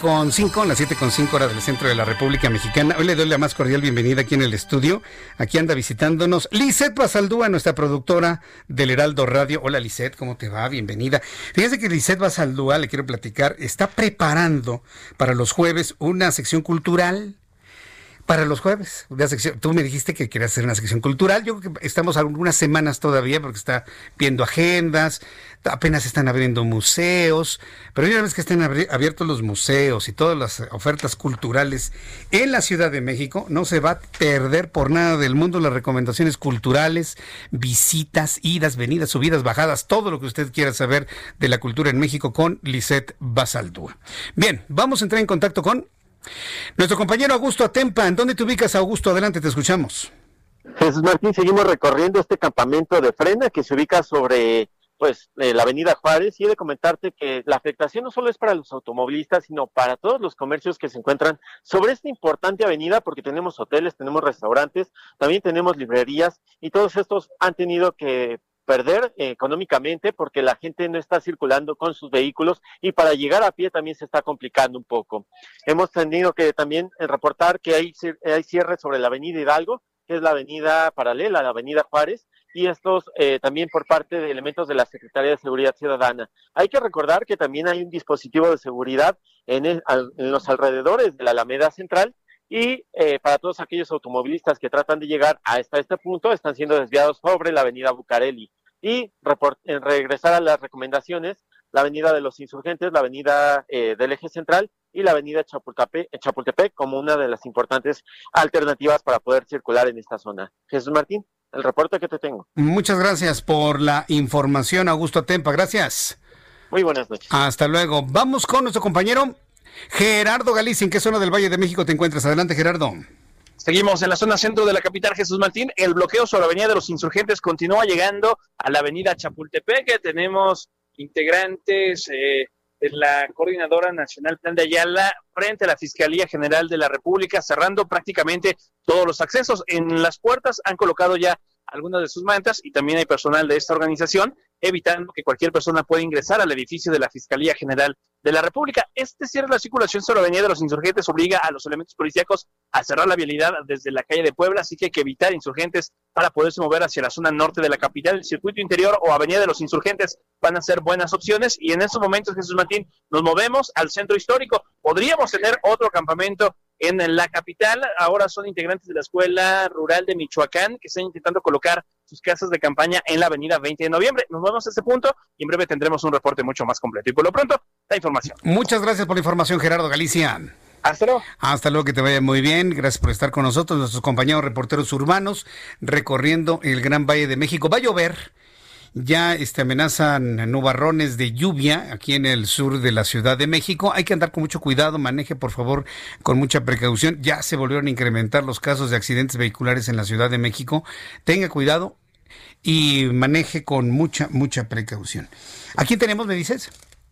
7:05 horas del centro de la República Mexicana. Hoy le doy la más cordial bienvenida aquí en el estudio. Aquí anda visitándonos Lisette Basaldúa, nuestra productora del Heraldo Radio. Hola Lisette, ¿cómo te va? Bienvenida. Fíjese que Lisette Basaldúa, le quiero platicar, está preparando para los jueves una sección cultural. Para los jueves, una sección, tú me dijiste que querías hacer una sección cultural. Yo creo que estamos algunas semanas todavía porque está viendo agendas, apenas están abriendo museos, pero una vez que estén abiertos los museos y todas las ofertas culturales en la Ciudad de México, no se va a perder por nada del mundo las recomendaciones culturales, visitas, idas, venidas, subidas, bajadas, todo lo que usted quiera saber de la cultura en México con Lisette Basaldúa. Bien, vamos a entrar en contacto con nuestro compañero Augusto Atempa. ¿En dónde te ubicas, Augusto? Adelante, te escuchamos. Jesús Martín, seguimos recorriendo este campamento de Frena que se ubica sobre la avenida Juárez, y he de comentarte que la afectación no solo es para los automovilistas, sino para todos los comercios que se encuentran sobre esta importante avenida, porque tenemos hoteles, tenemos restaurantes, también tenemos librerías, y todos estos han tenido que perder económicamente porque la gente no está circulando con sus vehículos y para llegar a pie también se está complicando un poco. Hemos tenido que también reportar que hay cierres sobre la avenida Hidalgo, que es la avenida paralela a la avenida Juárez, y estos también por parte de elementos de la Secretaría de Seguridad Ciudadana. Hay que recordar que también hay un dispositivo de seguridad en los alrededores de la Alameda Central, y para todos aquellos automovilistas que tratan de llegar hasta este punto, están siendo desviados sobre la avenida Bucareli. Y en regresar a las recomendaciones, la avenida de los Insurgentes, la avenida del Eje Central y la avenida Chapultepec como una de las importantes alternativas para poder circular en esta zona. Jesús Martín, el reporte que te tengo. Muchas gracias por la información, Augusto Atempa. Gracias. Muy buenas noches. Hasta luego. Vamos con nuestro compañero Gerardo Galicia. ¿En qué zona del Valle de México te encuentras? Adelante, Gerardo. Seguimos en la zona centro de la capital, Jesús Martín. El bloqueo sobre la avenida de los Insurgentes continúa llegando a la avenida Chapultepec. Tenemos integrantes de la Coordinadora Nacional Plan de Ayala frente a la Fiscalía General de la República, cerrando prácticamente todos los accesos. En las puertas han colocado ya algunas de sus mantas y también hay personal de esta organización evitando que cualquier persona pueda ingresar al edificio de la Fiscalía General de la República. Este cierre de la circulación sobre la avenida de los Insurgentes obliga a los elementos policíacos a cerrar la vialidad desde la calle de Puebla, así que hay que evitar insurgentes para poderse mover hacia la zona norte de la capital. El circuito interior o avenida de los Insurgentes van a ser buenas opciones y en estos momentos, Jesús Martín, nos movemos al centro histórico. Podríamos tener otro campamento en la capital. Ahora son integrantes de la Escuela Rural de Michoacán que están intentando colocar sus casas de campaña en la avenida 20 de noviembre. Nos vemos a este punto y en breve tendremos un reporte mucho más completo. Y por lo pronto, la información. Muchas gracias por la información, Gerardo Galicia. Hasta luego. Hasta luego, que te vaya muy bien. Gracias por estar con nosotros, nuestros compañeros reporteros urbanos, recorriendo el Gran Valle de México. Va a llover. Ya amenazan nubarrones de lluvia aquí en el sur de la Ciudad de México. Hay que andar con mucho cuidado, maneje por favor con mucha precaución. Ya se volvieron a incrementar los casos de accidentes vehiculares en la Ciudad de México. Tenga cuidado y maneje con mucha precaución. ¿A quién tenemos, me dices?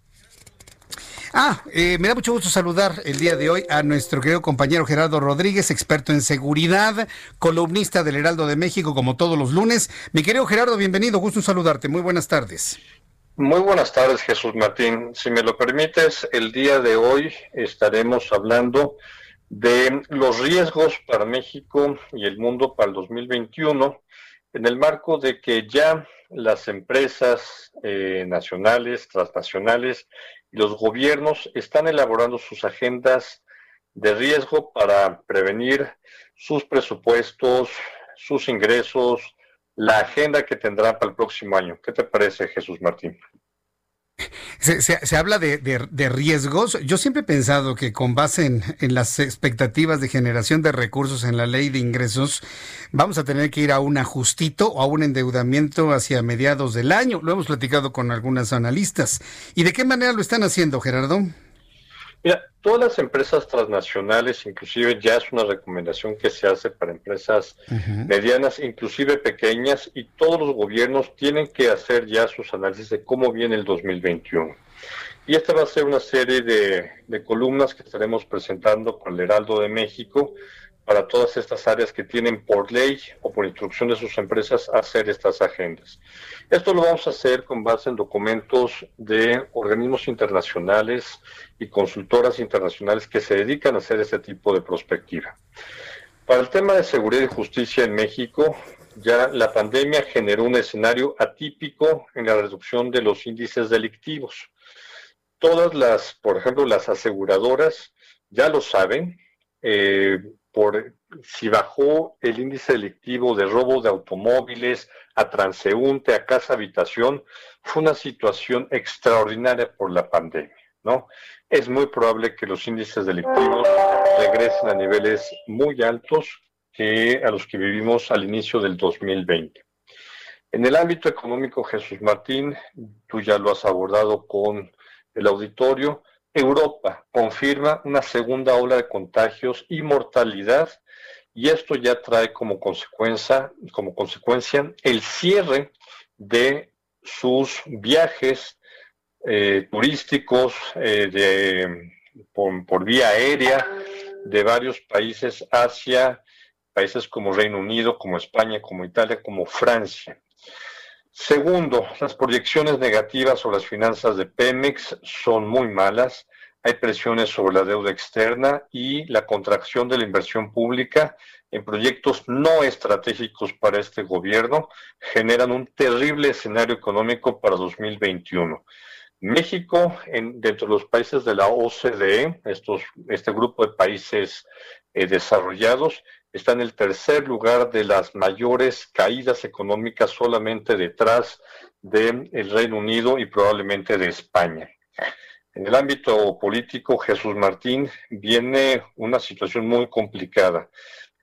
Me da mucho gusto saludar el día de hoy a nuestro querido compañero Gerardo Rodríguez, experto en seguridad, columnista del Heraldo de México, como todos los lunes. Mi querido Gerardo, bienvenido, gusto en saludarte. Muy buenas tardes. Muy buenas tardes, Jesús Martín. Si me lo permites, el día de hoy estaremos hablando de los riesgos para México y el mundo para el 2021, en el marco de que ya las empresas nacionales, transnacionales y los gobiernos están elaborando sus agendas de riesgo para prevenir sus presupuestos, sus ingresos, la agenda que tendrán para el próximo año. ¿Qué te parece, Jesús Martín? Se habla de riesgos. Yo siempre he pensado que con base en las expectativas de generación de recursos en la ley de ingresos, vamos a tener que ir a un ajustito o a un endeudamiento hacia mediados del año. Lo hemos platicado con algunos analistas. ¿Y de qué manera lo están haciendo, Gerardo? Mira, todas las empresas transnacionales, inclusive ya es una recomendación que se hace para empresas medianas, inclusive pequeñas, y todos los gobiernos tienen que hacer ya sus análisis de cómo viene el 2021. Y esta va a ser una serie de columnas que estaremos presentando con el Heraldo de México para todas estas áreas que tienen por ley o por instrucción de sus empresas hacer estas agendas. Esto lo vamos a hacer con base en documentos de organismos internacionales y consultoras internacionales que se dedican a hacer este tipo de prospectiva. Para el tema de seguridad y justicia en México, ya la pandemia generó un escenario atípico en la reducción de los índices delictivos. Todas las, por ejemplo, las aseguradoras ya lo saben, si bajó el índice delictivo de robo de automóviles a transeúnte, a casa habitación, fue una situación extraordinaria por la pandemia, ¿no? Es muy probable que los índices delictivos regresen a niveles muy altos a los que vivimos al inicio del 2020. En el ámbito económico, Jesús Martín, tú ya lo has abordado con el auditorio. Europa confirma una segunda ola de contagios y mortalidad, y esto ya trae como consecuencia el cierre de sus viajes turísticos por vía aérea de varios países hacia países como Reino Unido, como España, como Italia, como Francia. Segundo, las proyecciones negativas sobre las finanzas de Pemex son muy malas. Hay presiones sobre la deuda externa y la contracción de la inversión pública en proyectos no estratégicos para este gobierno generan un terrible escenario económico para 2021. México, dentro de los países de la OCDE, este grupo de países desarrollados, está en el tercer lugar de las mayores caídas económicas, solamente detrás del Reino Unido y probablemente de España. En el ámbito político, Jesús Martín, viene una situación muy complicada.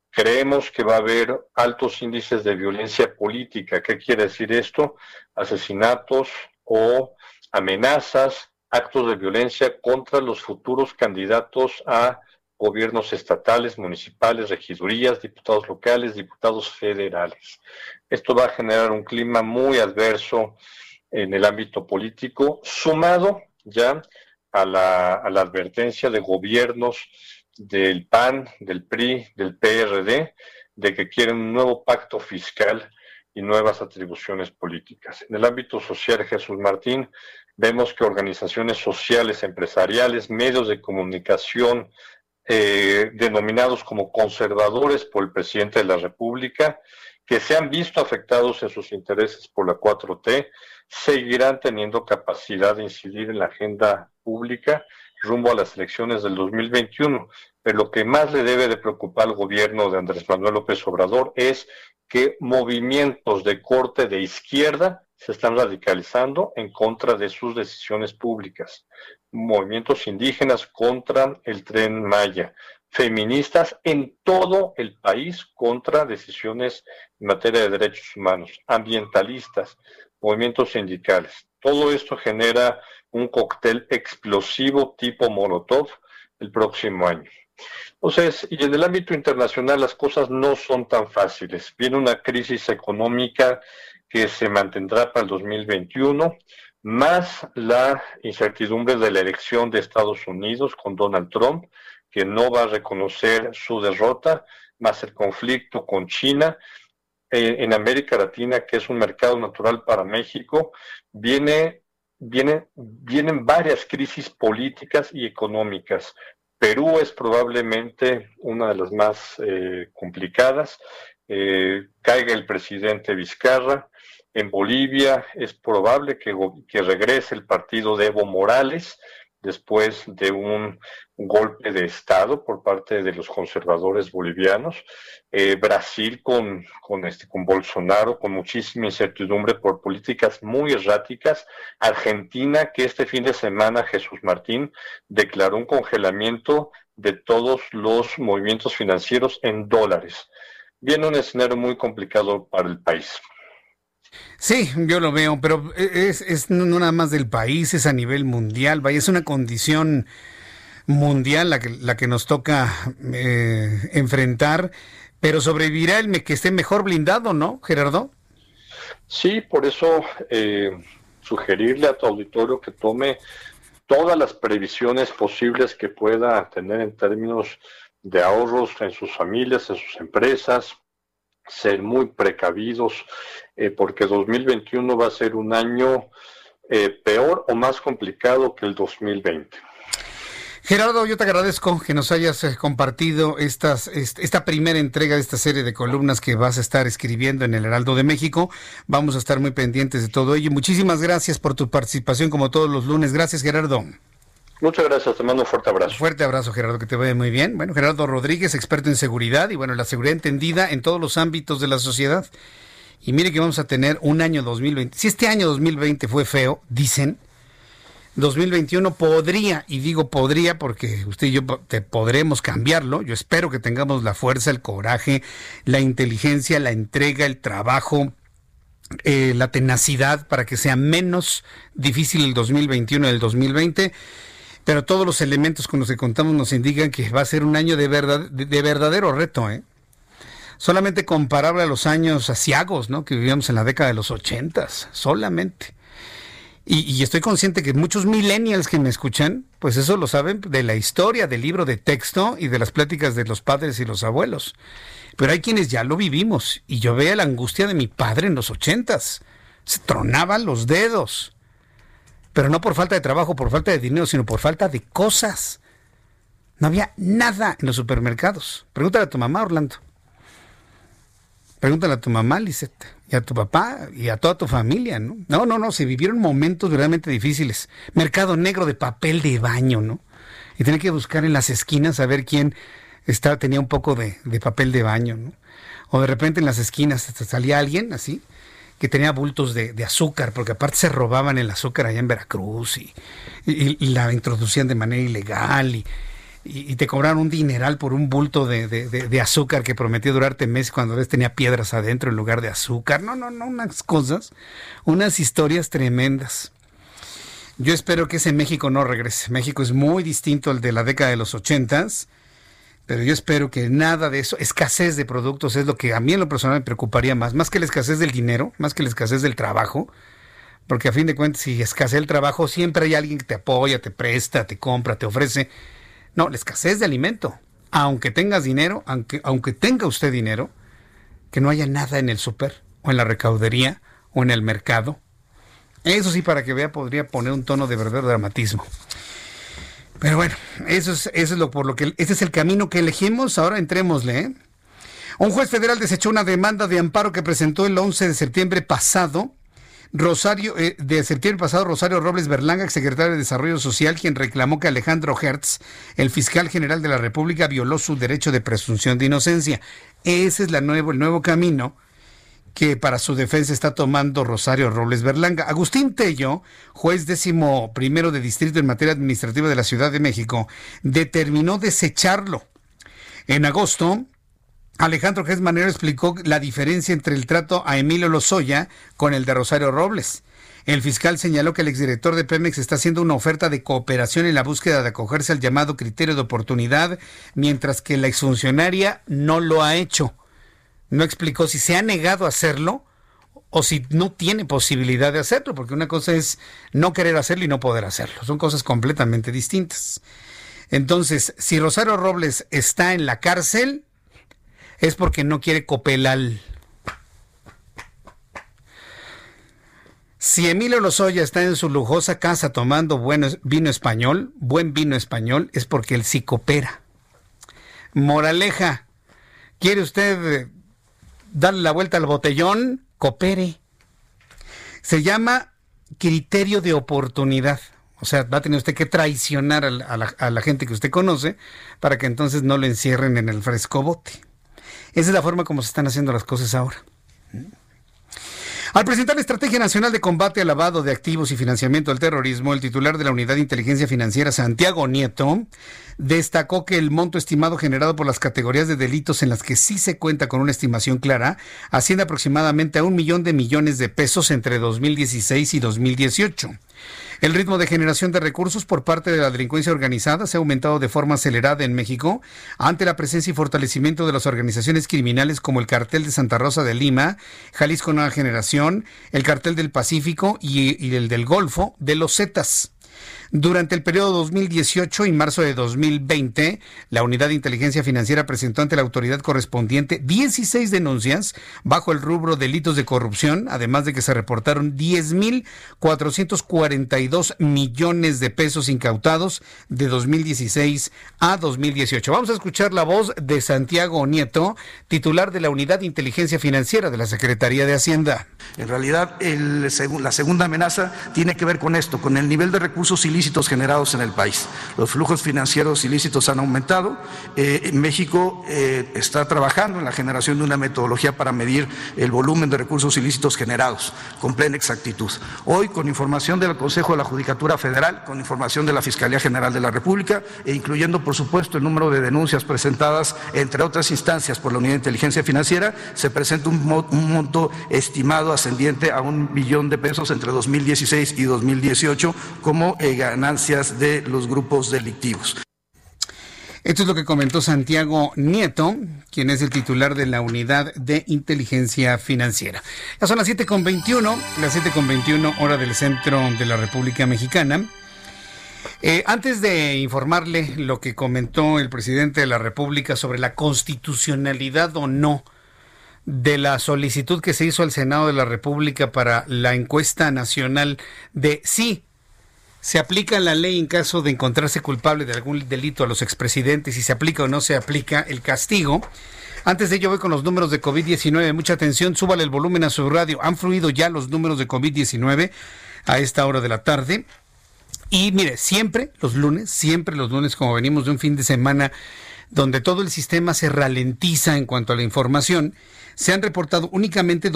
Creemos que va a haber altos índices de violencia política. ¿Qué quiere decir esto? Asesinatos o amenazas, actos de violencia contra los futuros candidatos a gobiernos estatales, municipales, regidurías, diputados locales, diputados federales. Esto va a generar un clima muy adverso en el ámbito político, sumado ya a la advertencia de gobiernos del PAN, del PRI, del PRD, de que quieren un nuevo pacto fiscal y nuevas atribuciones políticas. En el ámbito social, Jesús Martín, vemos que organizaciones sociales, empresariales, medios de comunicación, denominados como conservadores por el presidente de la República, que se han visto afectados en sus intereses por la 4T, seguirán teniendo capacidad de incidir en la agenda pública rumbo a las elecciones del 2021. Pero lo que más le debe de preocupar al gobierno de Andrés Manuel López Obrador es que movimientos de corte de izquierda se están radicalizando en contra de sus decisiones públicas. Movimientos indígenas contra el Tren Maya, feministas en todo el país contra decisiones en materia de derechos humanos, ambientalistas, movimientos sindicales. Todo esto genera un cóctel explosivo tipo Molotov el próximo año. Entonces, y en el ámbito internacional las cosas no son tan fáciles. Viene una crisis económica que se mantendrá para el 2021, más la incertidumbre de la elección de Estados Unidos con Donald Trump, que no va a reconocer su derrota, más el conflicto con China. En América Latina, que es un mercado natural para México, vienen varias crisis políticas y económicas. Perú es probablemente una de las más complicadas. Caiga el presidente Vizcarra. En Bolivia es probable que regrese el partido de Evo Morales después de un golpe de Estado por parte de los conservadores bolivianos. Brasil con Bolsonaro, con muchísima incertidumbre por políticas muy erráticas. Argentina, que este fin de semana, Jesús Martín, declaró un congelamiento de todos los movimientos financieros en dólares. Viene un escenario muy complicado para el país. Sí, yo lo veo, pero es no nada más del país, es a nivel mundial, vaya, es una condición mundial la que nos toca enfrentar, pero sobrevivirá el que esté mejor blindado, ¿no, Gerardo? Sí, por eso sugerirle a tu auditorio que tome todas las previsiones posibles que pueda tener en términos de ahorros en sus familias, en sus empresas, ser muy precavidos, porque 2021 va a ser un año peor o más complicado que el 2020. Gerardo, yo te agradezco que nos hayas compartido esta primera entrega de esta serie de columnas que vas a estar escribiendo en el Heraldo de México. Vamos a estar muy pendientes de todo ello. Muchísimas gracias por tu participación como todos los lunes. Gracias, Gerardo. Muchas gracias, te mando un fuerte abrazo. Fuerte abrazo, Gerardo, que te vaya muy bien. Bueno, Gerardo Rodríguez, experto en seguridad, y bueno, la seguridad entendida en todos los ámbitos de la sociedad. Y mire que vamos a tener un año 2020. Si este año 2020 fue feo, dicen, 2021 podría, y digo podría porque usted y yo podremos cambiarlo. Yo espero que tengamos la fuerza, el coraje, la inteligencia, la entrega, el trabajo, la tenacidad para que sea menos difícil el 2021 del 2020. Pero todos los elementos con los que contamos nos indican que va a ser un año de verdadero reto, solamente comparable a los años aciagos, ¿no?, que vivíamos en la década de los 80s, solamente. Y estoy consciente que muchos millennials que me escuchan, pues eso lo saben de la historia, del libro de texto y de las pláticas de los padres y los abuelos. Pero hay quienes ya lo vivimos, y yo veía la angustia de mi padre en los 80s. Se tronaban los dedos. Pero no por falta de trabajo, por falta de dinero, sino por falta de cosas. No había nada en los supermercados. Pregúntale a tu mamá, Orlando. Pregúntale a tu mamá, Lisette, y a tu papá, y a toda tu familia, ¿no? No, se vivieron momentos realmente difíciles. Mercado negro de papel de baño, ¿no? Y tenía que buscar en las esquinas a ver quién tenía un poco de papel de baño, ¿no? O de repente en las esquinas salía alguien así, que tenía bultos de azúcar, porque aparte se robaban el azúcar allá en Veracruz y la introducían de manera ilegal. Y y te cobraron un dineral por un bulto de azúcar que prometía durarte meses cuando ves tenía piedras adentro en lugar de azúcar. No, unas cosas, unas historias tremendas. Yo espero que ese México no regrese. México es muy distinto al de la década de los 80s, pero yo espero que nada de eso, escasez de productos es lo que a mí en lo personal me preocuparía más que la escasez del dinero, más que la escasez del trabajo, porque a fin de cuentas si escasea el trabajo siempre hay alguien que te apoya, te presta, te compra, te ofrece. No, la escasez de alimento. Aunque tengas dinero, aunque tenga usted dinero, que no haya nada en el súper, o en la recaudería, o en el mercado. Eso sí, para que vea, podría poner un tono de verdadero dramatismo. Pero bueno, eso es ese es el camino que elegimos. Ahora entrémosle, ¿eh? Un juez federal desechó una demanda de amparo que presentó el 11 de septiembre pasado. Rosario Robles Berlanga, exsecretario de Desarrollo Social, quien reclamó que Alejandro Hertz, el fiscal general de la República, violó su derecho de presunción de inocencia. Ese es el nuevo camino que para su defensa está tomando Rosario Robles Berlanga. Agustín Tello, juez 11º de distrito en materia administrativa de la Ciudad de México, determinó desecharlo. En agosto, Alejandro Gertz Manero explicó la diferencia entre el trato a Emilio Lozoya con el de Rosario Robles. El fiscal señaló que el exdirector de Pemex está haciendo una oferta de cooperación en la búsqueda de acogerse al llamado criterio de oportunidad, mientras que la exfuncionaria no lo ha hecho. No explicó si se ha negado a hacerlo o si no tiene posibilidad de hacerlo, porque una cosa es no querer hacerlo y no poder hacerlo. Son cosas completamente distintas. Entonces, si Rosario Robles está en la cárcel, es porque no quiere copelar. Si Emilio Lozoya está en su lujosa casa tomando buen vino español, es porque él sí coopera. Moraleja, ¿quiere usted darle la vuelta al botellón? Coopere. Se llama criterio de oportunidad. O sea, va a tener usted que traicionar a la gente que usted conoce para que entonces no lo encierren en el frescobote. Esa es la forma como se están haciendo las cosas ahora. Al presentar la Estrategia Nacional de Combate al Lavado de Activos y Financiamiento del Terrorismo, el titular de la Unidad de Inteligencia Financiera, Santiago Nieto, destacó que el monto estimado generado por las categorías de delitos en las que sí se cuenta con una estimación clara asciende aproximadamente a 1 millón de millones de pesos entre 2016 y 2018. El ritmo de generación de recursos por parte de la delincuencia organizada se ha aumentado de forma acelerada en México ante la presencia y fortalecimiento de las organizaciones criminales como el Cartel de Santa Rosa de Lima, Jalisco Nueva Generación, el Cartel del Pacífico y el del Golfo de los Zetas. Durante el periodo 2018 y marzo de 2020, la Unidad de Inteligencia Financiera presentó ante la autoridad correspondiente 16 denuncias bajo el rubro delitos de corrupción, además de que se reportaron 10,442 millones de pesos incautados de 2016 a 2018. Vamos a escuchar la voz de Santiago Nieto, titular de la Unidad de Inteligencia Financiera de la Secretaría de Hacienda. En realidad, la segunda amenaza tiene que ver con esto, con el nivel de recursos ilícitos generados en el país. Los flujos financieros ilícitos han aumentado. México está trabajando en la generación de una metodología para medir el volumen de recursos ilícitos generados con plena exactitud. Hoy, con información del Consejo de la Judicatura Federal, con información de la Fiscalía General de la República e incluyendo, por supuesto, el número de denuncias presentadas, entre otras instancias, por la Unidad de Inteligencia Financiera, se presenta un monto estimado ascendiente a 1 billón de pesos entre 2016 y 2018 como ganancias de los grupos delictivos. Esto es lo que comentó Santiago Nieto, quien es el titular de la Unidad de Inteligencia Financiera. Ya son las 7:21, hora del centro de la República Mexicana. Antes de informarle lo que comentó el presidente de la República sobre la constitucionalidad o no de la solicitud que se hizo al Senado de la República para la encuesta nacional de si se aplica la ley en caso de encontrarse culpable de algún delito a los expresidentes, si se aplica o no se aplica el castigo. Antes de ello voy con los números de COVID-19. Mucha atención, súbale el volumen a su radio. Han fluido ya los números de COVID-19 a esta hora de la tarde. Y mire, siempre los lunes, como venimos de un fin de semana donde todo el sistema se ralentiza en cuanto a la información, se han reportado únicamente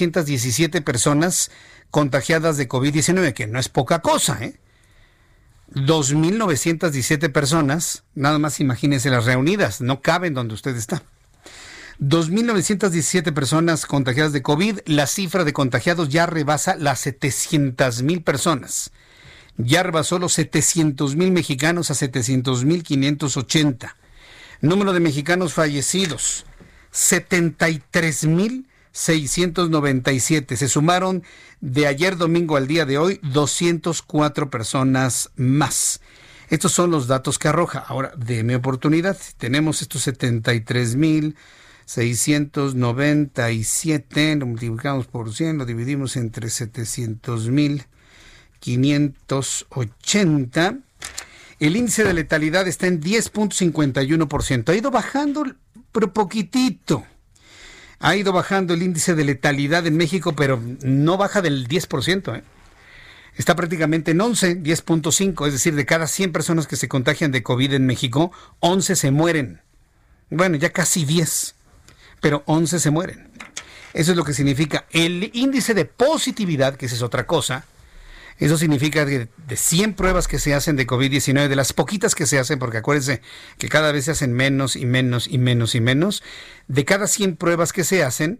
2,917 personas contagiadas de COVID-19, que no es poca cosa, ¿eh? 2,917 personas, nada más imagínense las reunidas, no caben donde usted está. 2,917 personas contagiadas de COVID. La cifra de contagiados ya rebasa las 700,000 personas. Ya rebasó los 700,000 mexicanos a 700,580. Número de mexicanos fallecidos, 73,697. Se sumaron de ayer domingo al día de hoy 204 personas más. Estos son los datos que arroja. Ahora, deme oportunidad. Tenemos estos 73,697, lo multiplicamos por 100, lo dividimos entre 700,580. El índice de letalidad está en 10.51%. Ha ido bajando, pero poquitito. Ha ido bajando el índice de letalidad en México, pero no baja del 10%. Está prácticamente en 10.5. Es decir, de cada 100 personas que se contagian de COVID en México, 11 se mueren. Bueno, ya casi 10, pero 11 se mueren. Eso es lo que significa el índice de positividad, que esa es otra cosa. Eso significa que de 100 pruebas que se hacen de COVID-19, de las poquitas que se hacen, porque acuérdense que cada vez se hacen menos y menos y menos y menos, de cada 100 pruebas que se hacen,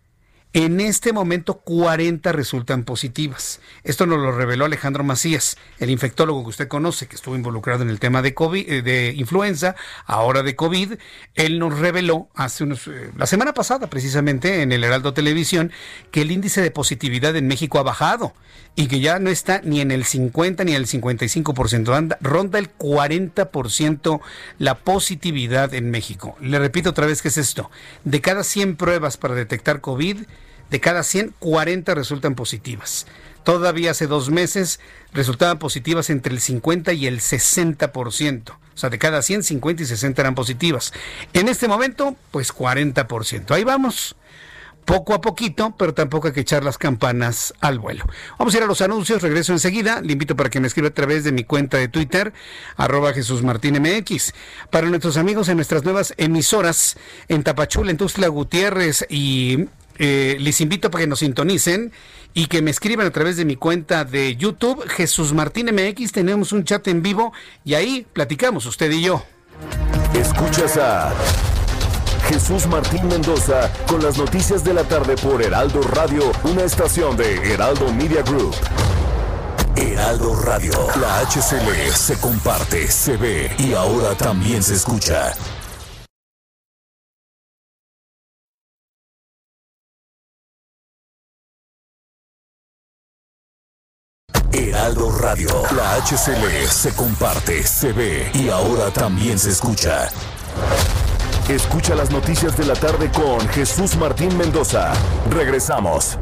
en este momento 40 resultan positivas. Esto nos lo reveló Alejandro Macías, el infectólogo que usted conoce, que estuvo involucrado en el tema de COVID, de influenza, ahora de COVID. Él nos reveló la semana pasada, precisamente, en el Heraldo Televisión, que el índice de positividad en México ha bajado y que ya no está ni en el 50 ni en el 55%, ronda el 40% la positividad en México. Le repito otra vez qué es esto. De cada 100 pruebas para detectar COVID, de cada 100, 40 resultan positivas. Todavía hace 2 meses resultaban positivas entre el 50 y el 60%. O sea, de cada 100, 50 y 60 eran positivas. En este momento, pues 40%. Ahí vamos. Poco a poquito, pero tampoco hay que echar las campanas al vuelo. Vamos a ir a los anuncios, regreso enseguida. Le invito para que me escriba a través de mi cuenta de Twitter, @JesusMartinMX. Para nuestros amigos en nuestras nuevas emisoras, en Tapachula, en Tuxtla Gutiérrez, y les invito para que nos sintonicen y que me escriban a través de mi cuenta de YouTube, Jesús Martín MX. Tenemos un chat en vivo y ahí platicamos usted y yo. Escuchas a Jesús Martín Mendoza con las noticias de la tarde por Heraldo Radio, una estación de Heraldo Media Group. Heraldo Radio, la HCL se comparte, se ve y ahora también se escucha. Heraldo Radio, la HCL se comparte, se ve y ahora también se escucha. Escucha las noticias de la tarde con Jesús Martín Mendoza. Regresamos.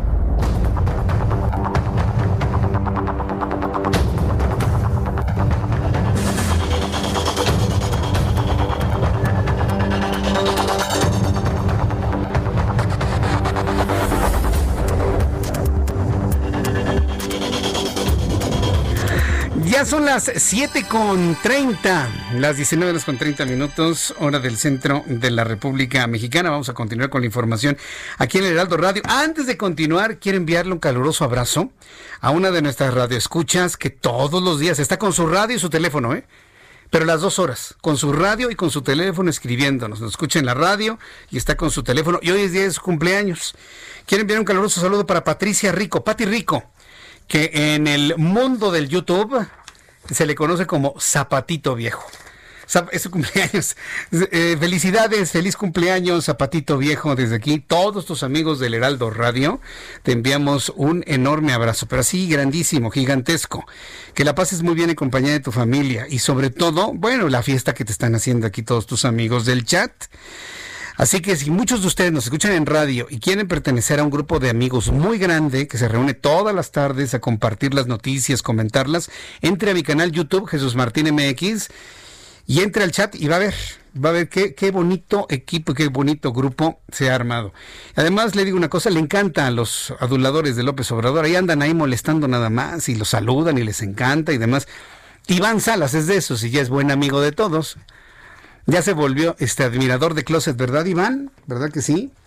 Ya son las 7:30, las 19:30, hora del centro de la República Mexicana. Vamos a continuar con la información aquí en el Heraldo Radio. Antes de continuar, quiero enviarle un caluroso abrazo a una de nuestras radioescuchas que todos los días está con su radio y su teléfono, pero las 2 horas, con su radio y con su teléfono escribiéndonos. Nos escucha en la radio y está con su teléfono. Y hoy es día de su cumpleaños. Quiero enviar un caluroso saludo para Patricia Rico, Pati Rico, que en el mundo del YouTube se le conoce como Zapatito Viejo. Es su cumpleaños. Felicidades, feliz cumpleaños, Zapatito Viejo. Desde aquí, todos tus amigos del Heraldo Radio, te enviamos un enorme abrazo, pero así grandísimo, gigantesco. Que la pases muy bien en compañía de tu familia y sobre todo, bueno, la fiesta que te están haciendo aquí todos tus amigos del chat. Así que si muchos de ustedes nos escuchan en radio y quieren pertenecer a un grupo de amigos muy grande que se reúne todas las tardes a compartir las noticias, comentarlas, entre a mi canal YouTube, Jesús Martín MX, y entre al chat y va a ver qué bonito equipo y qué bonito grupo se ha armado. Además, le digo una cosa, le encanta a los aduladores de López Obrador, ahí andan ahí molestando nada más y los saludan y les encanta y demás. Iván Salas es de esos y ya es buen amigo de todos. Ya se volvió admirador de Closet, ¿verdad, Iván? ¿Verdad que sí?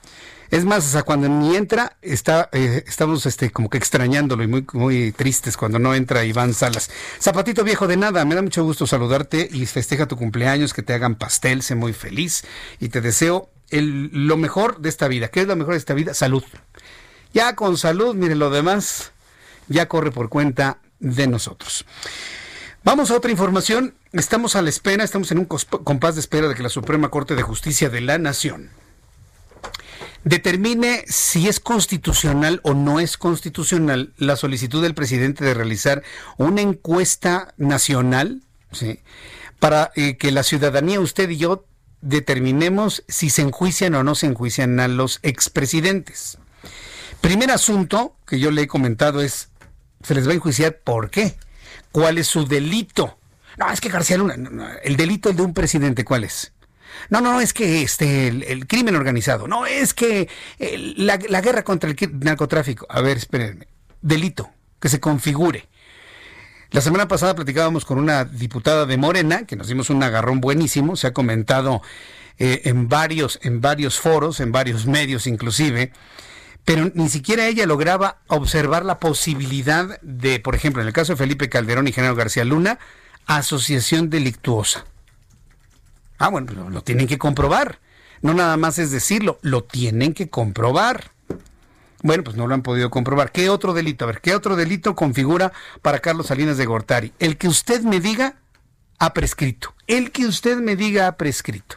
Es más, hasta cuando ni entra, estamos como que extrañándolo y muy, muy tristes cuando no entra Iván Salas. Zapatito viejo, de nada, me da mucho gusto saludarte y festeja tu cumpleaños, que te hagan pastel, sé muy feliz y te deseo lo mejor de esta vida. ¿Qué es lo mejor de esta vida? Salud. Ya con salud, mire, lo demás ya corre por cuenta de nosotros. Vamos a otra información. Estamos a la espera, estamos en un compás de espera de que la Suprema Corte de Justicia de la Nación determine si es constitucional o no es constitucional la solicitud del presidente de realizar una encuesta nacional, ¿sí?, para que la ciudadanía, usted y yo, determinemos si se enjuician o no se enjuician a los expresidentes. Primer asunto que yo le he comentado es, ¿se les va a enjuiciar por qué? ¿Cuál es su delito? No, es que García Luna, no, el delito de un presidente, ¿cuál es? No, es que el crimen organizado. No, es que la guerra contra el narcotráfico. A ver, espérenme. Delito, que se configure. La semana pasada platicábamos con una diputada de Morena, que nos dimos un agarrón buenísimo. Se ha comentado en varios foros, en varios medios inclusive, pero ni siquiera ella lograba observar la posibilidad de, por ejemplo, en el caso de Felipe Calderón y Genaro García Luna, asociación delictuosa. Bueno, lo tienen que comprobar. No nada más es decirlo, lo tienen que comprobar. Bueno, pues no lo han podido comprobar. ¿Qué otro delito? A ver, ¿qué otro delito configura para Carlos Salinas de Gortari? El que usted me diga ha prescrito. El que usted me diga ha prescrito.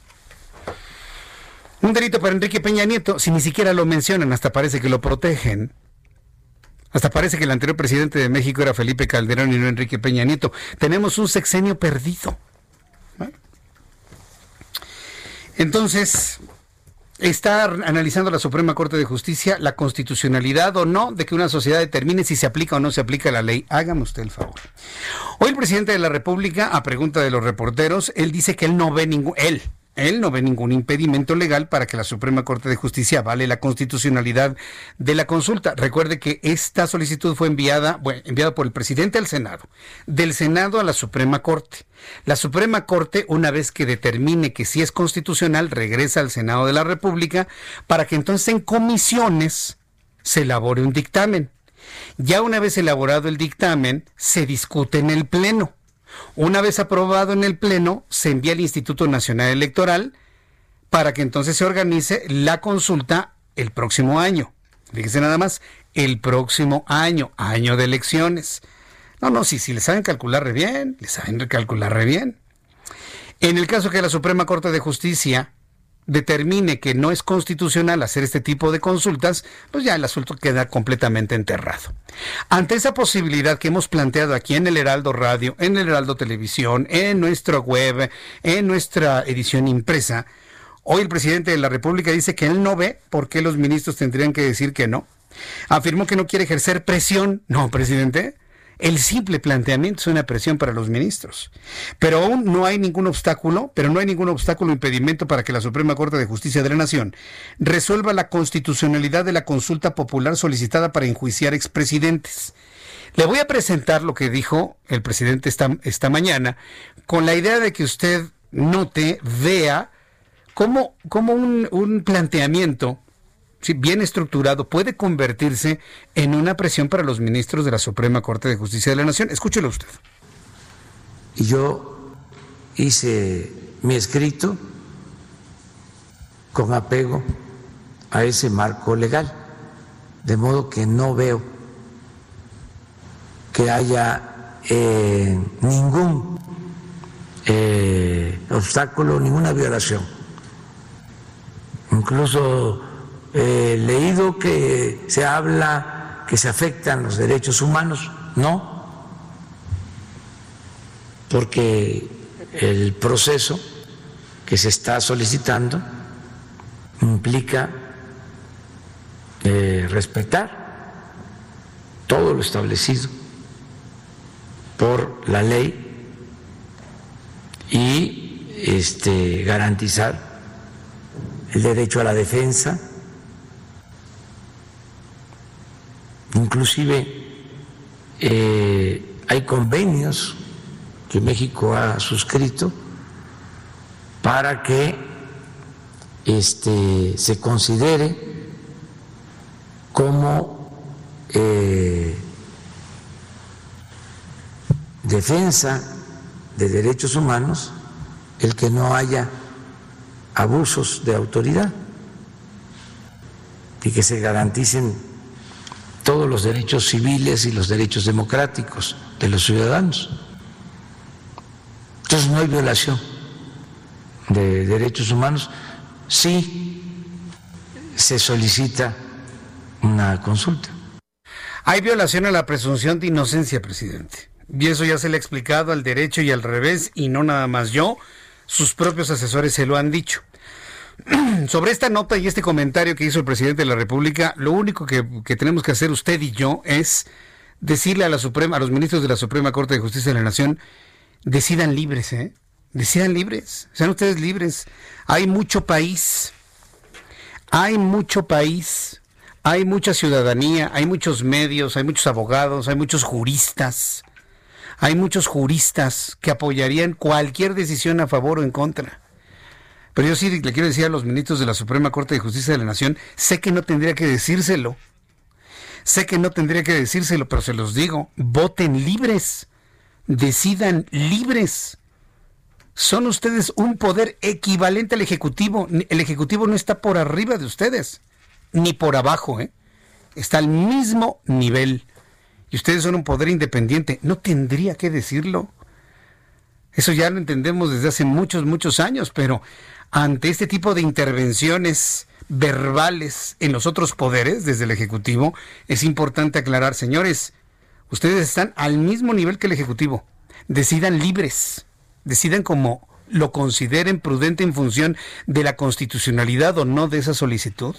Un delito para Enrique Peña Nieto, si ni siquiera lo mencionan, hasta parece que lo protegen. Hasta parece que el anterior presidente de México era Felipe Calderón y no Enrique Peña Nieto. Tenemos un sexenio perdido. Entonces, está analizando la Suprema Corte de Justicia la constitucionalidad o no de que una sociedad determine si se aplica o no se aplica la ley. Hágame usted el favor. Hoy el presidente de la República, a pregunta de los reporteros, él dice que él no ve ningún impedimento legal para que la Suprema Corte de Justicia avale la constitucionalidad de la consulta. Recuerde que esta solicitud fue enviada por el presidente al Senado, del Senado a la Suprema Corte. La Suprema Corte, una vez que determine que sí es constitucional, regresa al Senado de la República para que entonces en comisiones se elabore un dictamen. Ya una vez elaborado el dictamen, se discute en el Pleno. Una vez aprobado en el Pleno, se envía al Instituto Nacional Electoral para que entonces se organice la consulta el próximo año. Fíjese nada más, el próximo año de elecciones. Si le saben calcular re bien, En el caso que la Suprema Corte de Justicia determine que no es constitucional hacer este tipo de consultas, pues ya el asunto queda completamente enterrado. Ante esa posibilidad que hemos planteado aquí en el Heraldo Radio, en el Heraldo Televisión, en nuestra web, en nuestra edición impresa, hoy el presidente de la República dice que él no ve por qué los ministros tendrían que decir que no. Afirmó que no quiere ejercer presión. No, presidente. El simple planteamiento es una presión para los ministros. Pero aún no hay ningún obstáculo, impedimento para que la Suprema Corte de Justicia de la Nación resuelva la constitucionalidad de la consulta popular solicitada para enjuiciar expresidentes. Le voy a presentar lo que dijo el presidente esta mañana, con la idea de que usted note, vea, cómo un planteamiento bien estructurado puede convertirse en una presión para los ministros de la Suprema Corte de Justicia de la Nación. Escúchelo usted. Y yo hice mi escrito con apego a ese marco legal, de modo que no veo que haya ningún obstáculo, ninguna violación. Incluso he leído que se habla que se afectan los derechos humanos. No, porque el proceso que se está solicitando implica respetar todo lo establecido por la ley y garantizar el derecho a la defensa. Inclusive hay convenios que México ha suscrito para que se considere como defensa de derechos humanos el que no haya abusos de autoridad y que se garanticen todos los derechos civiles y los derechos democráticos de los ciudadanos. Entonces no hay violación de derechos humanos si se solicita una consulta. Hay violación a la presunción de inocencia, presidente. Y eso ya se le ha explicado al derecho y al revés, y no nada más yo, sus propios asesores se lo han dicho. Sobre esta nota y este comentario que hizo el presidente de la República, lo único que tenemos que hacer usted y yo es decirle a los ministros de la Suprema Corte de Justicia de la Nación, decidan libres, decidan libres, sean ustedes libres. Hay mucho país, hay mucha ciudadanía, hay muchos medios, hay muchos abogados, hay muchos juristas que apoyarían cualquier decisión a favor o en contra. Pero yo sí le quiero decir a los ministros de la Suprema Corte de Justicia de la Nación, sé que no tendría que decírselo, pero se los digo, voten libres, decidan libres. Son ustedes un poder equivalente al Ejecutivo. El Ejecutivo no está por arriba de ustedes, ni por abajo, está al mismo nivel. Y ustedes son un poder independiente. No tendría que decirlo. Eso ya lo entendemos desde hace muchos, muchos años, pero ante este tipo de intervenciones verbales en los otros poderes, desde el Ejecutivo, es importante aclarar, señores, ustedes están al mismo nivel que el Ejecutivo. Decidan libres, decidan como lo consideren prudente en función de la constitucionalidad o no de esa solicitud.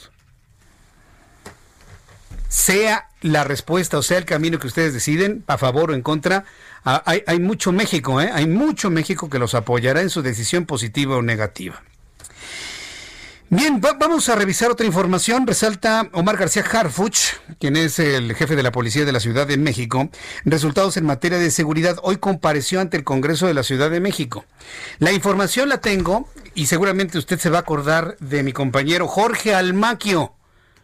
Sea la respuesta o sea el camino que ustedes deciden, a favor o en contra, hay mucho México, hay mucho México que los apoyará en su decisión positiva o negativa. Bien, vamos a revisar otra información. Resalta Omar García Harfuch, quien es el jefe de la Policía de la Ciudad de México, resultados en materia de seguridad. Hoy compareció ante el Congreso de la Ciudad de México. La información la tengo y seguramente usted se va a acordar de mi compañero Jorge Almaquio.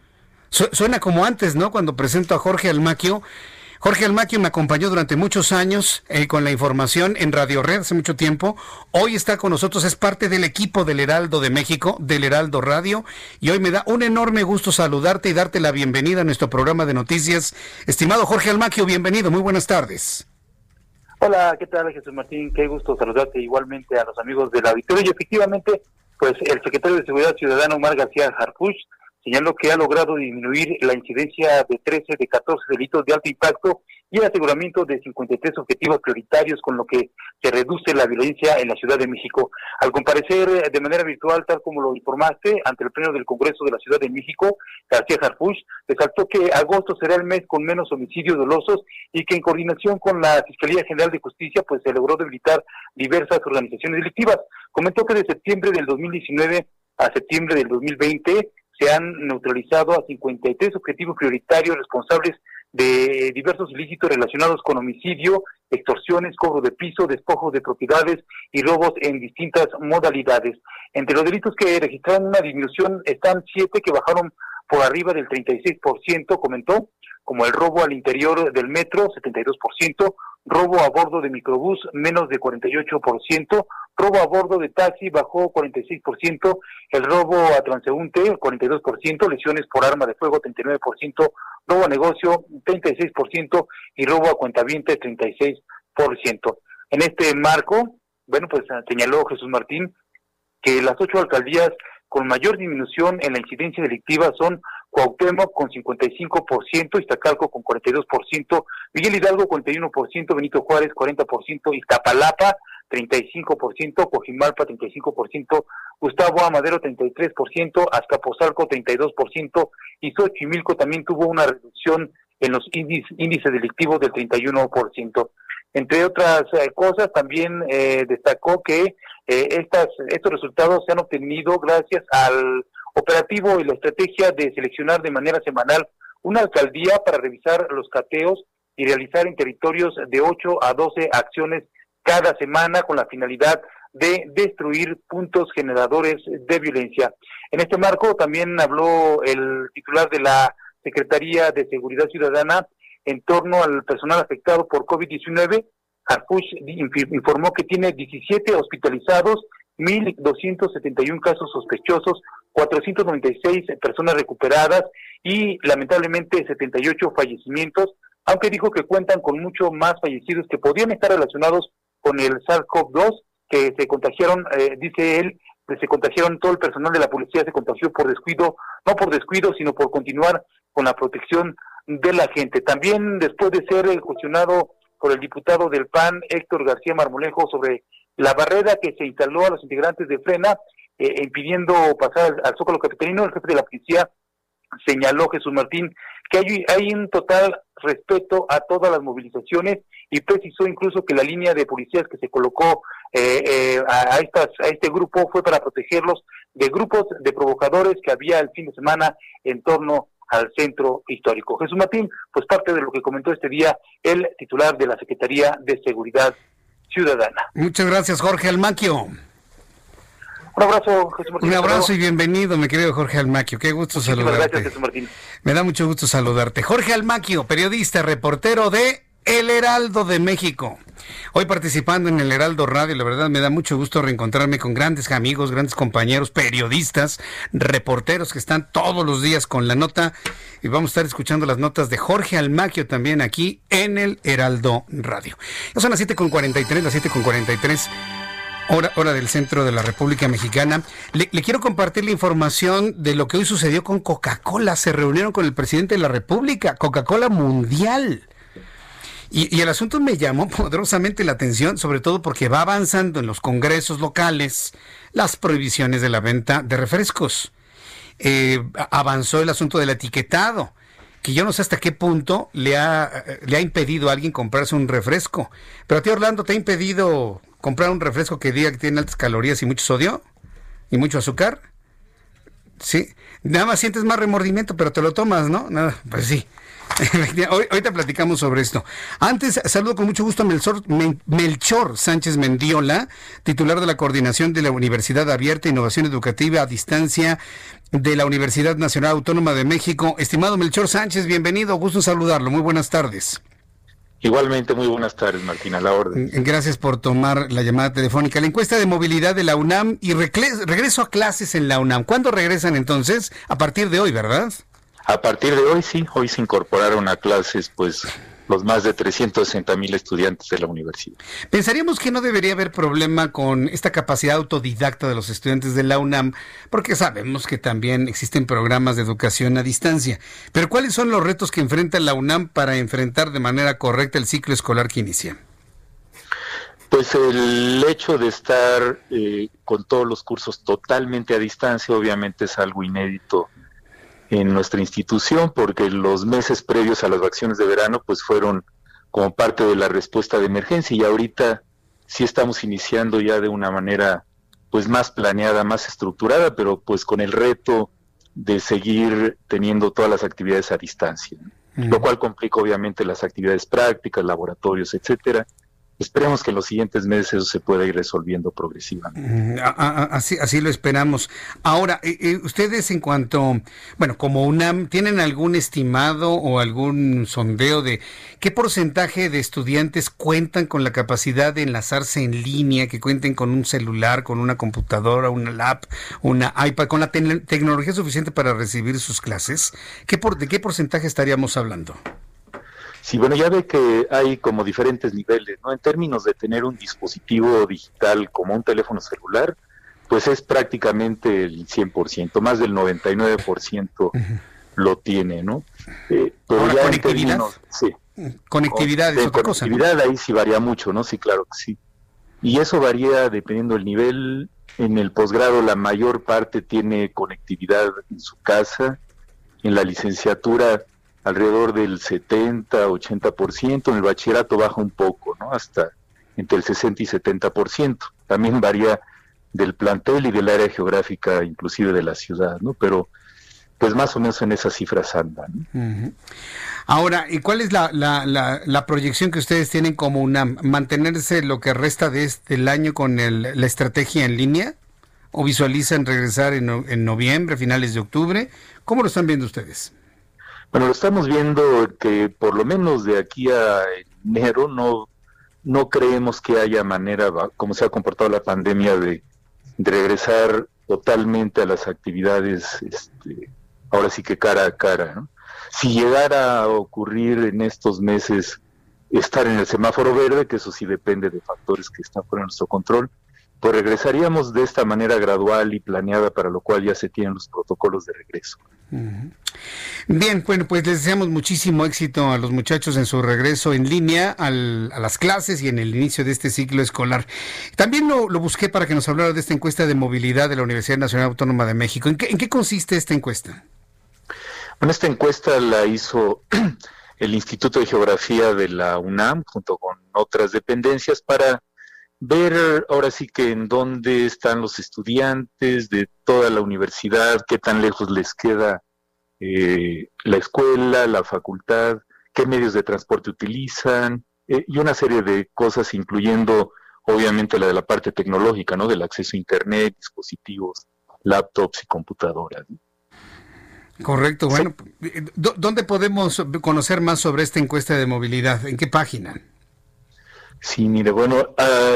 Suena como antes, ¿no? Cuando presento a Jorge Almaquio. Jorge Almaquio me acompañó durante muchos años con la información en Radio Red hace mucho tiempo. Hoy está con nosotros, es parte del equipo del Heraldo de México, del Heraldo Radio. Y hoy me da un enorme gusto saludarte y darte la bienvenida a nuestro programa de noticias. Estimado Jorge Almaquio, bienvenido, muy buenas tardes. Hola, ¿qué tal, Jesús Martín? Qué gusto saludarte igualmente a los amigos del auditorio. Y efectivamente, pues el secretario de Seguridad Ciudadana, Omar García Harfuch, señaló que ha logrado disminuir la incidencia de 13 de 14 delitos de alto impacto y el aseguramiento de 53 objetivos prioritarios, con lo que se reduce la violencia en la Ciudad de México. Al comparecer de manera virtual, tal como lo informaste, ante el Pleno del Congreso de la Ciudad de México, García Harfuch resaltó que agosto será el mes con menos homicidios dolosos y que en coordinación con la Fiscalía General de Justicia, pues se logró debilitar diversas organizaciones delictivas. Comentó que de septiembre del 2019 a septiembre del 2020 se han neutralizado a 53 objetivos prioritarios responsables de diversos ilícitos relacionados con homicidio, extorsiones, cobro de piso, despojos de propiedades y robos en distintas modalidades. Entre los delitos que registraron una disminución están 7 que bajaron por arriba del 36%, comentó, como el robo al interior del metro, 72%, robo a bordo de microbús, menos de 48%, robo a bordo de taxi, bajó 46%, el robo a transeúnte, 42%, lesiones por arma de fuego, 39%, robo a negocio, 36%, y robo a cuentaviente, 36%. En este marco, bueno, pues señaló Jesús Martín que las 8 alcaldías con mayor disminución en la incidencia delictiva son Cuauhtémoc con 55%, Iztacalco con 42%, Miguel Hidalgo 41%, Benito Juárez 40%, Iztapalapa 35%, Coajimalpa 35%, Gustavo Amadero 33%, Azcapotzalco 32% y Xochimilco también tuvo una reducción en los índices delictivos del 31%. Entre otras cosas, también destacó que estos resultados se han obtenido gracias al operativo y la estrategia de seleccionar de manera semanal una alcaldía para revisar los cateos y realizar en territorios de 8 a 12 acciones cada semana con la finalidad de destruir puntos generadores de violencia. En este marco también habló el titular de la Secretaría de Seguridad Ciudadana en torno al personal afectado por COVID-19. Harfuch informó que tiene 17 hospitalizados, 1.271 casos sospechosos, 496 personas recuperadas y lamentablemente 78 fallecimientos, aunque dijo que cuentan con mucho más fallecidos que podrían estar relacionados con el SARS-CoV-2, que se contagiaron, dice él, se contagiaron, todo el personal de la policía se contagió por descuido, no por descuido, sino por continuar con la protección de la gente. También después de ser cuestionado por el diputado del PAN, Héctor García Marmolejo, sobre la barrera que se instaló a los integrantes de Frena, impidiendo pasar al Zócalo capitalino, el jefe de la policía señaló, Jesús Martín, que hay un total respeto a todas las movilizaciones y precisó incluso que la línea de policías que se colocó a este grupo fue para protegerlos de grupos de provocadores que había el fin de semana en torno al centro histórico. Jesús Martín, pues parte de lo que comentó este día el titular de la Secretaría de Seguridad Ciudadana. Muchas gracias, Jorge Almaquio. Un abrazo, Jesús Martín. Un abrazo y bienvenido, mi querido Jorge Almaquio. Qué gusto saludarte. Gracias, Jesús Martín. Me da mucho gusto saludarte. Jorge Almaquio, periodista, reportero de El Heraldo de México. Hoy participando en El Heraldo Radio, la verdad me da mucho gusto reencontrarme con grandes amigos, grandes compañeros, periodistas, reporteros que están todos los días con la nota. Y vamos a estar escuchando las notas de Jorge Almaquio también aquí en El Heraldo Radio. Ya son las 7:43, las 7:43. Hora del centro de la República Mexicana. Le quiero compartir la información de lo que hoy sucedió con Coca-Cola. Se reunieron con el presidente de la República, Coca-Cola Mundial. Y el asunto me llamó poderosamente la atención, sobre todo porque va avanzando en los congresos locales las prohibiciones de la venta de refrescos. Avanzó el asunto del etiquetado, que yo no sé hasta qué punto le ha impedido a alguien comprarse un refresco. Pero a ti, Orlando, ¿te ha impedido comprar un refresco que diga que tiene altas calorías y mucho sodio? ¿Y mucho azúcar? Sí. Nada más sientes más remordimiento, pero te lo tomas, ¿no? Nada, pues sí. Ahorita platicamos sobre esto. Antes, saludo con mucho gusto a Melchor Sánchez Mendiola, titular de la Coordinación de la Universidad Abierta e Innovación Educativa a Distancia de la Universidad Nacional Autónoma de México. Estimado Melchor Sánchez, bienvenido, gusto en saludarlo. Muy buenas tardes. Igualmente, muy buenas tardes, Martín, a la orden. Gracias por tomar la llamada telefónica. La encuesta de movilidad de la UNAM y regreso a clases en la UNAM. ¿Cuándo regresan entonces? A partir de hoy, ¿verdad? A partir de hoy, sí. Hoy se incorporaron a clases, pues, los más de 360,000 estudiantes de la universidad. Pensaríamos que no debería haber problema con esta capacidad autodidacta de los estudiantes de la UNAM, porque sabemos que también existen programas de educación a distancia. Pero ¿cuáles son los retos que enfrenta la UNAM para enfrentar de manera correcta el ciclo escolar que inicia? Pues el hecho de estar con todos los cursos totalmente a distancia, obviamente es algo inédito en nuestra institución, porque los meses previos a las vacaciones de verano pues fueron como parte de la respuesta de emergencia, y ahorita sí estamos iniciando ya de una manera pues más planeada, más estructurada, pero pues con el reto de seguir teniendo todas las actividades a distancia, lo cual complica obviamente las actividades prácticas, laboratorios, etcétera. Esperemos que en los siguientes meses eso se pueda ir resolviendo progresivamente. Así lo esperamos. Ahora, ustedes en cuanto, como UNAM, ¿tienen algún estimado o algún sondeo de qué porcentaje de estudiantes cuentan con la capacidad de enlazarse en línea, que cuenten con un celular, con una computadora, una lap, una iPad, con la tecnología suficiente para recibir sus clases? ¿De qué porcentaje estaríamos hablando? Sí, bueno, ya ve que hay como diferentes niveles, ¿no? En términos de tener un dispositivo digital como un teléfono celular, pues es prácticamente el 100%, más del 99% lo tiene, ¿no? Pero ya ¿conectividad? Sí. Conectividad es otra cosa, ¿no? Conectividad ahí sí varía mucho, ¿no? Sí, claro que sí. Y eso varía dependiendo del nivel. En el posgrado la mayor parte tiene conectividad en su casa. En la licenciatura alrededor del 70-80%, en el bachillerato baja un poco, ¿no? Hasta entre el 60 y 70%. También varía del plantel y del área geográfica, inclusive de la ciudad, ¿no? Pero pues más o menos en esas cifras andan, ¿no? Uh-huh. Ahora, ¿y cuál es la proyección que ustedes tienen como UNAM? ¿Mantenerse lo que resta del año con la estrategia en línea? ¿O visualizan regresar en noviembre, finales de octubre? ¿Cómo lo están viendo ustedes? Bueno, lo estamos viendo que por lo menos de aquí a enero no creemos que haya manera, como se ha comportado la pandemia, de regresar totalmente a las actividades, ahora sí que cara a cara, ¿no? Si llegara a ocurrir en estos meses estar en el semáforo verde, que eso sí depende de factores que están fuera de nuestro control, pues regresaríamos de esta manera gradual y planeada, para lo cual ya se tienen los protocolos de regreso. Uh-huh. Bien, bueno, pues les deseamos muchísimo éxito a los muchachos en su regreso en línea a las clases y en el inicio de este ciclo escolar. También lo busqué para que nos hablara de esta encuesta de movilidad de la Universidad Nacional Autónoma de México. ¿En qué consiste esta encuesta? Bueno, esta encuesta la hizo el Instituto de Geografía de la UNAM junto con otras dependencias para ver ahora sí que en dónde están los estudiantes de toda la universidad, qué tan lejos les queda la escuela, la facultad, qué medios de transporte utilizan, y una serie de cosas, incluyendo obviamente la de la parte tecnológica, ¿no? Del acceso a internet, dispositivos, laptops y computadoras, ¿no? Correcto, bueno, ¿dónde podemos conocer más sobre esta encuesta de movilidad? ¿En qué página? Sí, mire, bueno,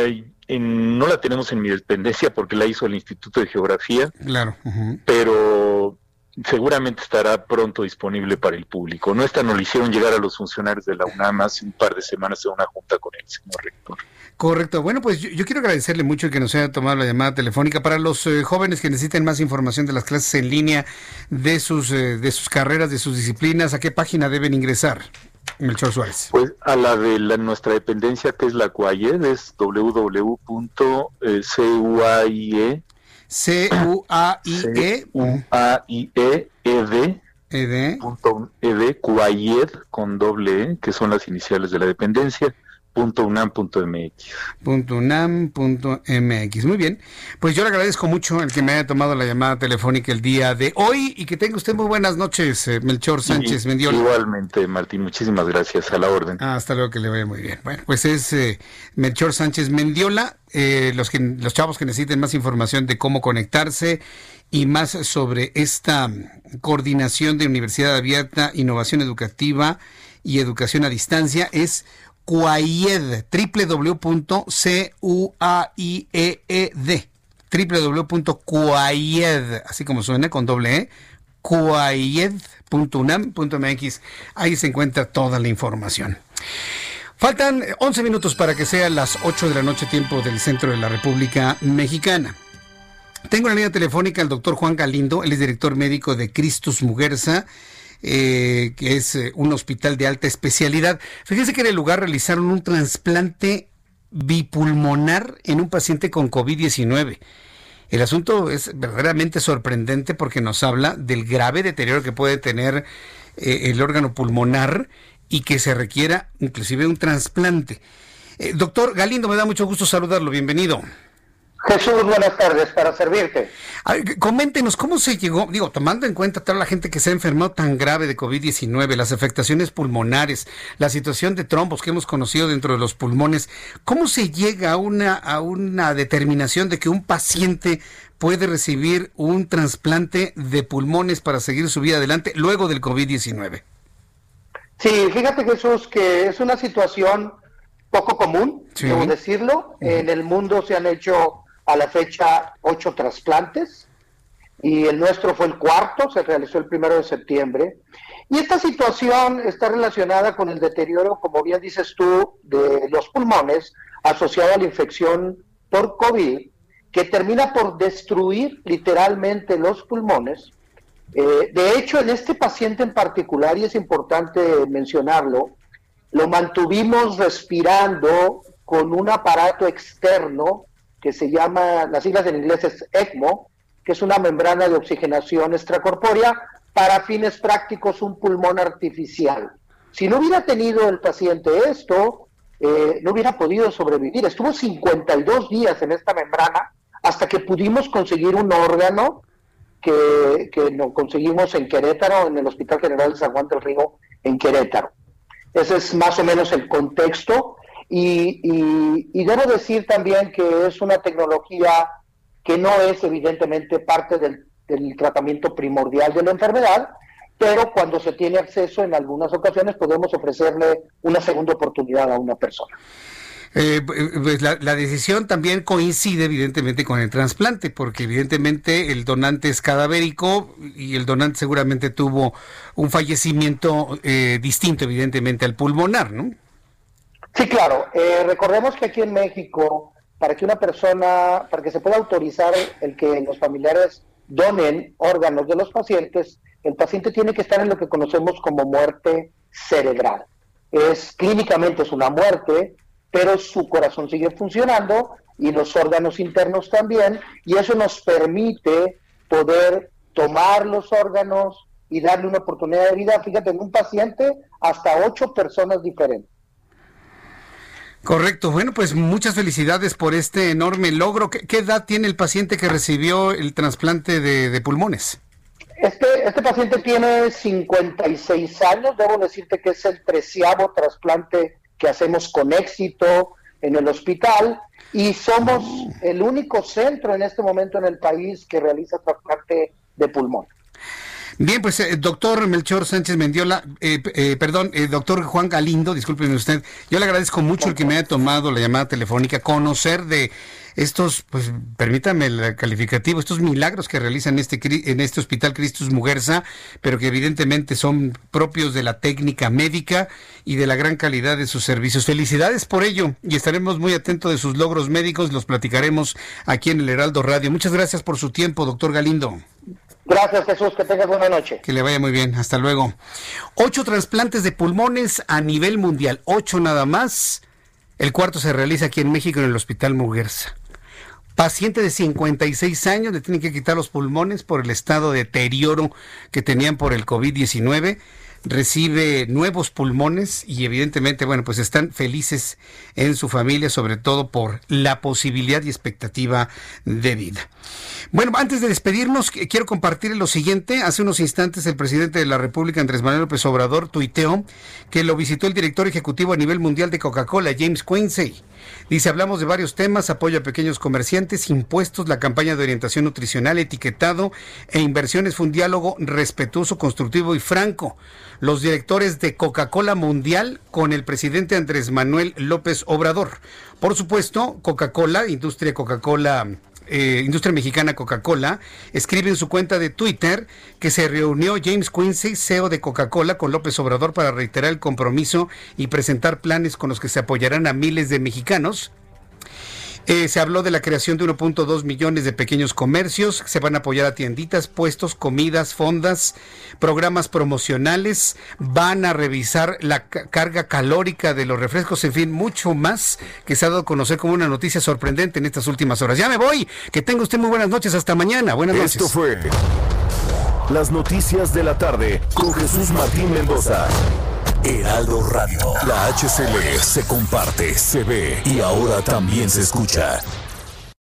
no la tenemos en mi dependencia porque la hizo el Instituto de Geografía. Claro. Uh-huh. Pero seguramente estará pronto disponible para el público. No, esta nos la hicieron llegar a los funcionarios de la UNAM hace un par de semanas en una junta con el señor rector. Correcto. Bueno, pues yo quiero agradecerle mucho que nos haya tomado la llamada telefónica. Para los jóvenes que necesiten más información de las clases en línea, de sus carreras, de sus disciplinas, ¿a qué página deben ingresar, Melchor Suárez? Pues a la de nuestra dependencia, que es la CUAIED, es www.cuaie.com. CUAIED con doble E, que son las iniciales de la dependencia, .unam.mx. .unam.mx. Muy bien, pues yo le agradezco mucho el que me haya tomado la llamada telefónica el día de hoy y que tenga usted muy buenas noches, Melchor Sánchez Mendiola. Igualmente, Martín, muchísimas gracias, a la orden. Hasta luego, que le vaya muy bien. Bueno, pues es Melchor Sánchez Mendiola. Los chavos que necesiten más información de cómo conectarse y más sobre esta coordinación de Universidad Abierta, Innovación Educativa y Educación a Distancia, es CUAIED, www.cuaied, así como suena, con doble E, cuaied.unam.mx. Ahí se encuentra toda la información. Faltan 11 minutos para que sean las 8 de la noche, tiempo del centro de la República Mexicana. Tengo en la línea telefónica al doctor Juan Galindo, él es director médico de Christus Muguerza, que es un hospital de alta especialidad. Fíjense que en el lugar realizaron un trasplante bipulmonar en un paciente con COVID-19. El asunto es verdaderamente sorprendente porque nos habla del grave deterioro que puede tener el órgano pulmonar y que se requiera inclusive un trasplante. Doctor Galindo, me da mucho gusto saludarlo, bienvenido. Jesús, buenas tardes, para servirte. Coméntenos, ¿cómo se llegó, tomando en cuenta toda la gente que se ha enfermado tan grave de COVID-19, las afectaciones pulmonares, la situación de trombos que hemos conocido dentro de los pulmones, cómo se llega a una determinación de que un paciente puede recibir un trasplante de pulmones para seguir su vida adelante luego del COVID-19? Sí, fíjate, Jesús, que es una situación poco común, sí, debo decirlo. En el mundo se han hecho a la fecha 8 trasplantes y el nuestro fue el cuarto, se realizó el 1 de septiembre. Y esta situación está relacionada con el deterioro, como bien dices tú, de los pulmones asociado a la infección por COVID, que termina por destruir literalmente los pulmones. De hecho, en este paciente en particular, y es importante mencionarlo, lo mantuvimos respirando con un aparato externo que se llama, las siglas en inglés es ECMO, que es una membrana de oxigenación extracorpórea, para fines prácticos un pulmón artificial. Si no hubiera tenido el paciente esto, no hubiera podido sobrevivir. Estuvo 52 días en esta membrana hasta que pudimos conseguir un órgano que nos conseguimos en Querétaro, en el Hospital General de San Juan del Río, en Querétaro. Ese es más o menos el contexto. Y debo decir también que es una tecnología que no es evidentemente parte del tratamiento primordial de la enfermedad, pero cuando se tiene acceso en algunas ocasiones podemos ofrecerle una segunda oportunidad a una persona. Pues la decisión también coincide evidentemente con el trasplante, porque evidentemente el donante es cadavérico y el donante seguramente tuvo un fallecimiento distinto evidentemente al pulmonar, ¿no? Sí, claro. Recordemos que aquí en México, para que se pueda autorizar el que los familiares donen órganos de los pacientes, el paciente tiene que estar en lo que conocemos como muerte cerebral. Clínicamente es una muerte, pero su corazón sigue funcionando y los órganos internos también, y eso nos permite poder tomar los órganos y darle una oportunidad de vida, fíjate, en un paciente hasta 8 personas diferentes. Correcto. Bueno, pues muchas felicidades por este enorme logro. ¿Qué edad tiene el paciente que recibió el trasplante de pulmones? Este paciente tiene 56 años. Debo decirte que es el 13º trasplante que hacemos con éxito en el hospital y somos el único centro en este momento en el país que realiza trasplante de pulmón. Bien, pues doctor Melchor Sánchez Mendiola, doctor Juan Galindo, discúlpeme usted, yo le agradezco mucho el que me haya tomado la llamada telefónica, conocer de estos, pues permítame el calificativo, estos milagros que realizan en este Hospital Christus Muguerza, pero que evidentemente son propios de la técnica médica y de la gran calidad de sus servicios. Felicidades por ello y estaremos muy atentos de sus logros médicos, los platicaremos aquí en el Heraldo Radio. Muchas gracias por su tiempo, doctor Galindo. Gracias, Jesús, que tengas buena noche. Que le vaya muy bien, hasta luego. 8 trasplantes de pulmones a nivel mundial, 8 nada más. El cuarto se realiza aquí en México en el Hospital Muguerza. Paciente de 56 años, le tienen que quitar los pulmones por el estado de deterioro que tenían por el COVID-19. Recibe nuevos pulmones y evidentemente, bueno, pues están felices en su familia, sobre todo por la posibilidad y expectativa de vida. Bueno, antes de despedirnos, quiero compartir lo siguiente. Hace unos instantes el presidente de la República, Andrés Manuel López Obrador, tuiteó que lo visitó el director ejecutivo a nivel mundial de Coca-Cola, James Quincey. Dice, hablamos de varios temas, apoyo a pequeños comerciantes, impuestos, la campaña de orientación nutricional, etiquetado e inversiones. Fue un diálogo respetuoso, constructivo y franco. Los directores de Coca-Cola Mundial con el presidente Andrés Manuel López Obrador. Por supuesto, Coca-Cola, Industria Mexicana Coca-Cola, escribe en su cuenta de Twitter que se reunió James Quincey, CEO de Coca-Cola, con López Obrador para reiterar el compromiso y presentar planes con los que se apoyarán a miles de mexicanos. Se habló de la creación de 1.2 millones de pequeños comercios, se van a apoyar a tienditas, puestos, comidas, fondas, programas promocionales, van a revisar la carga calórica de los refrescos, en fin, mucho más que se ha dado a conocer como una noticia sorprendente en estas últimas horas. Ya me voy, que tenga usted muy buenas noches, hasta mañana, buenas noches. Esto fue Las Noticias de la Tarde con Jesús Martín Mendoza. Heraldo Radio. La HCL se comparte, se ve y ahora también se escucha.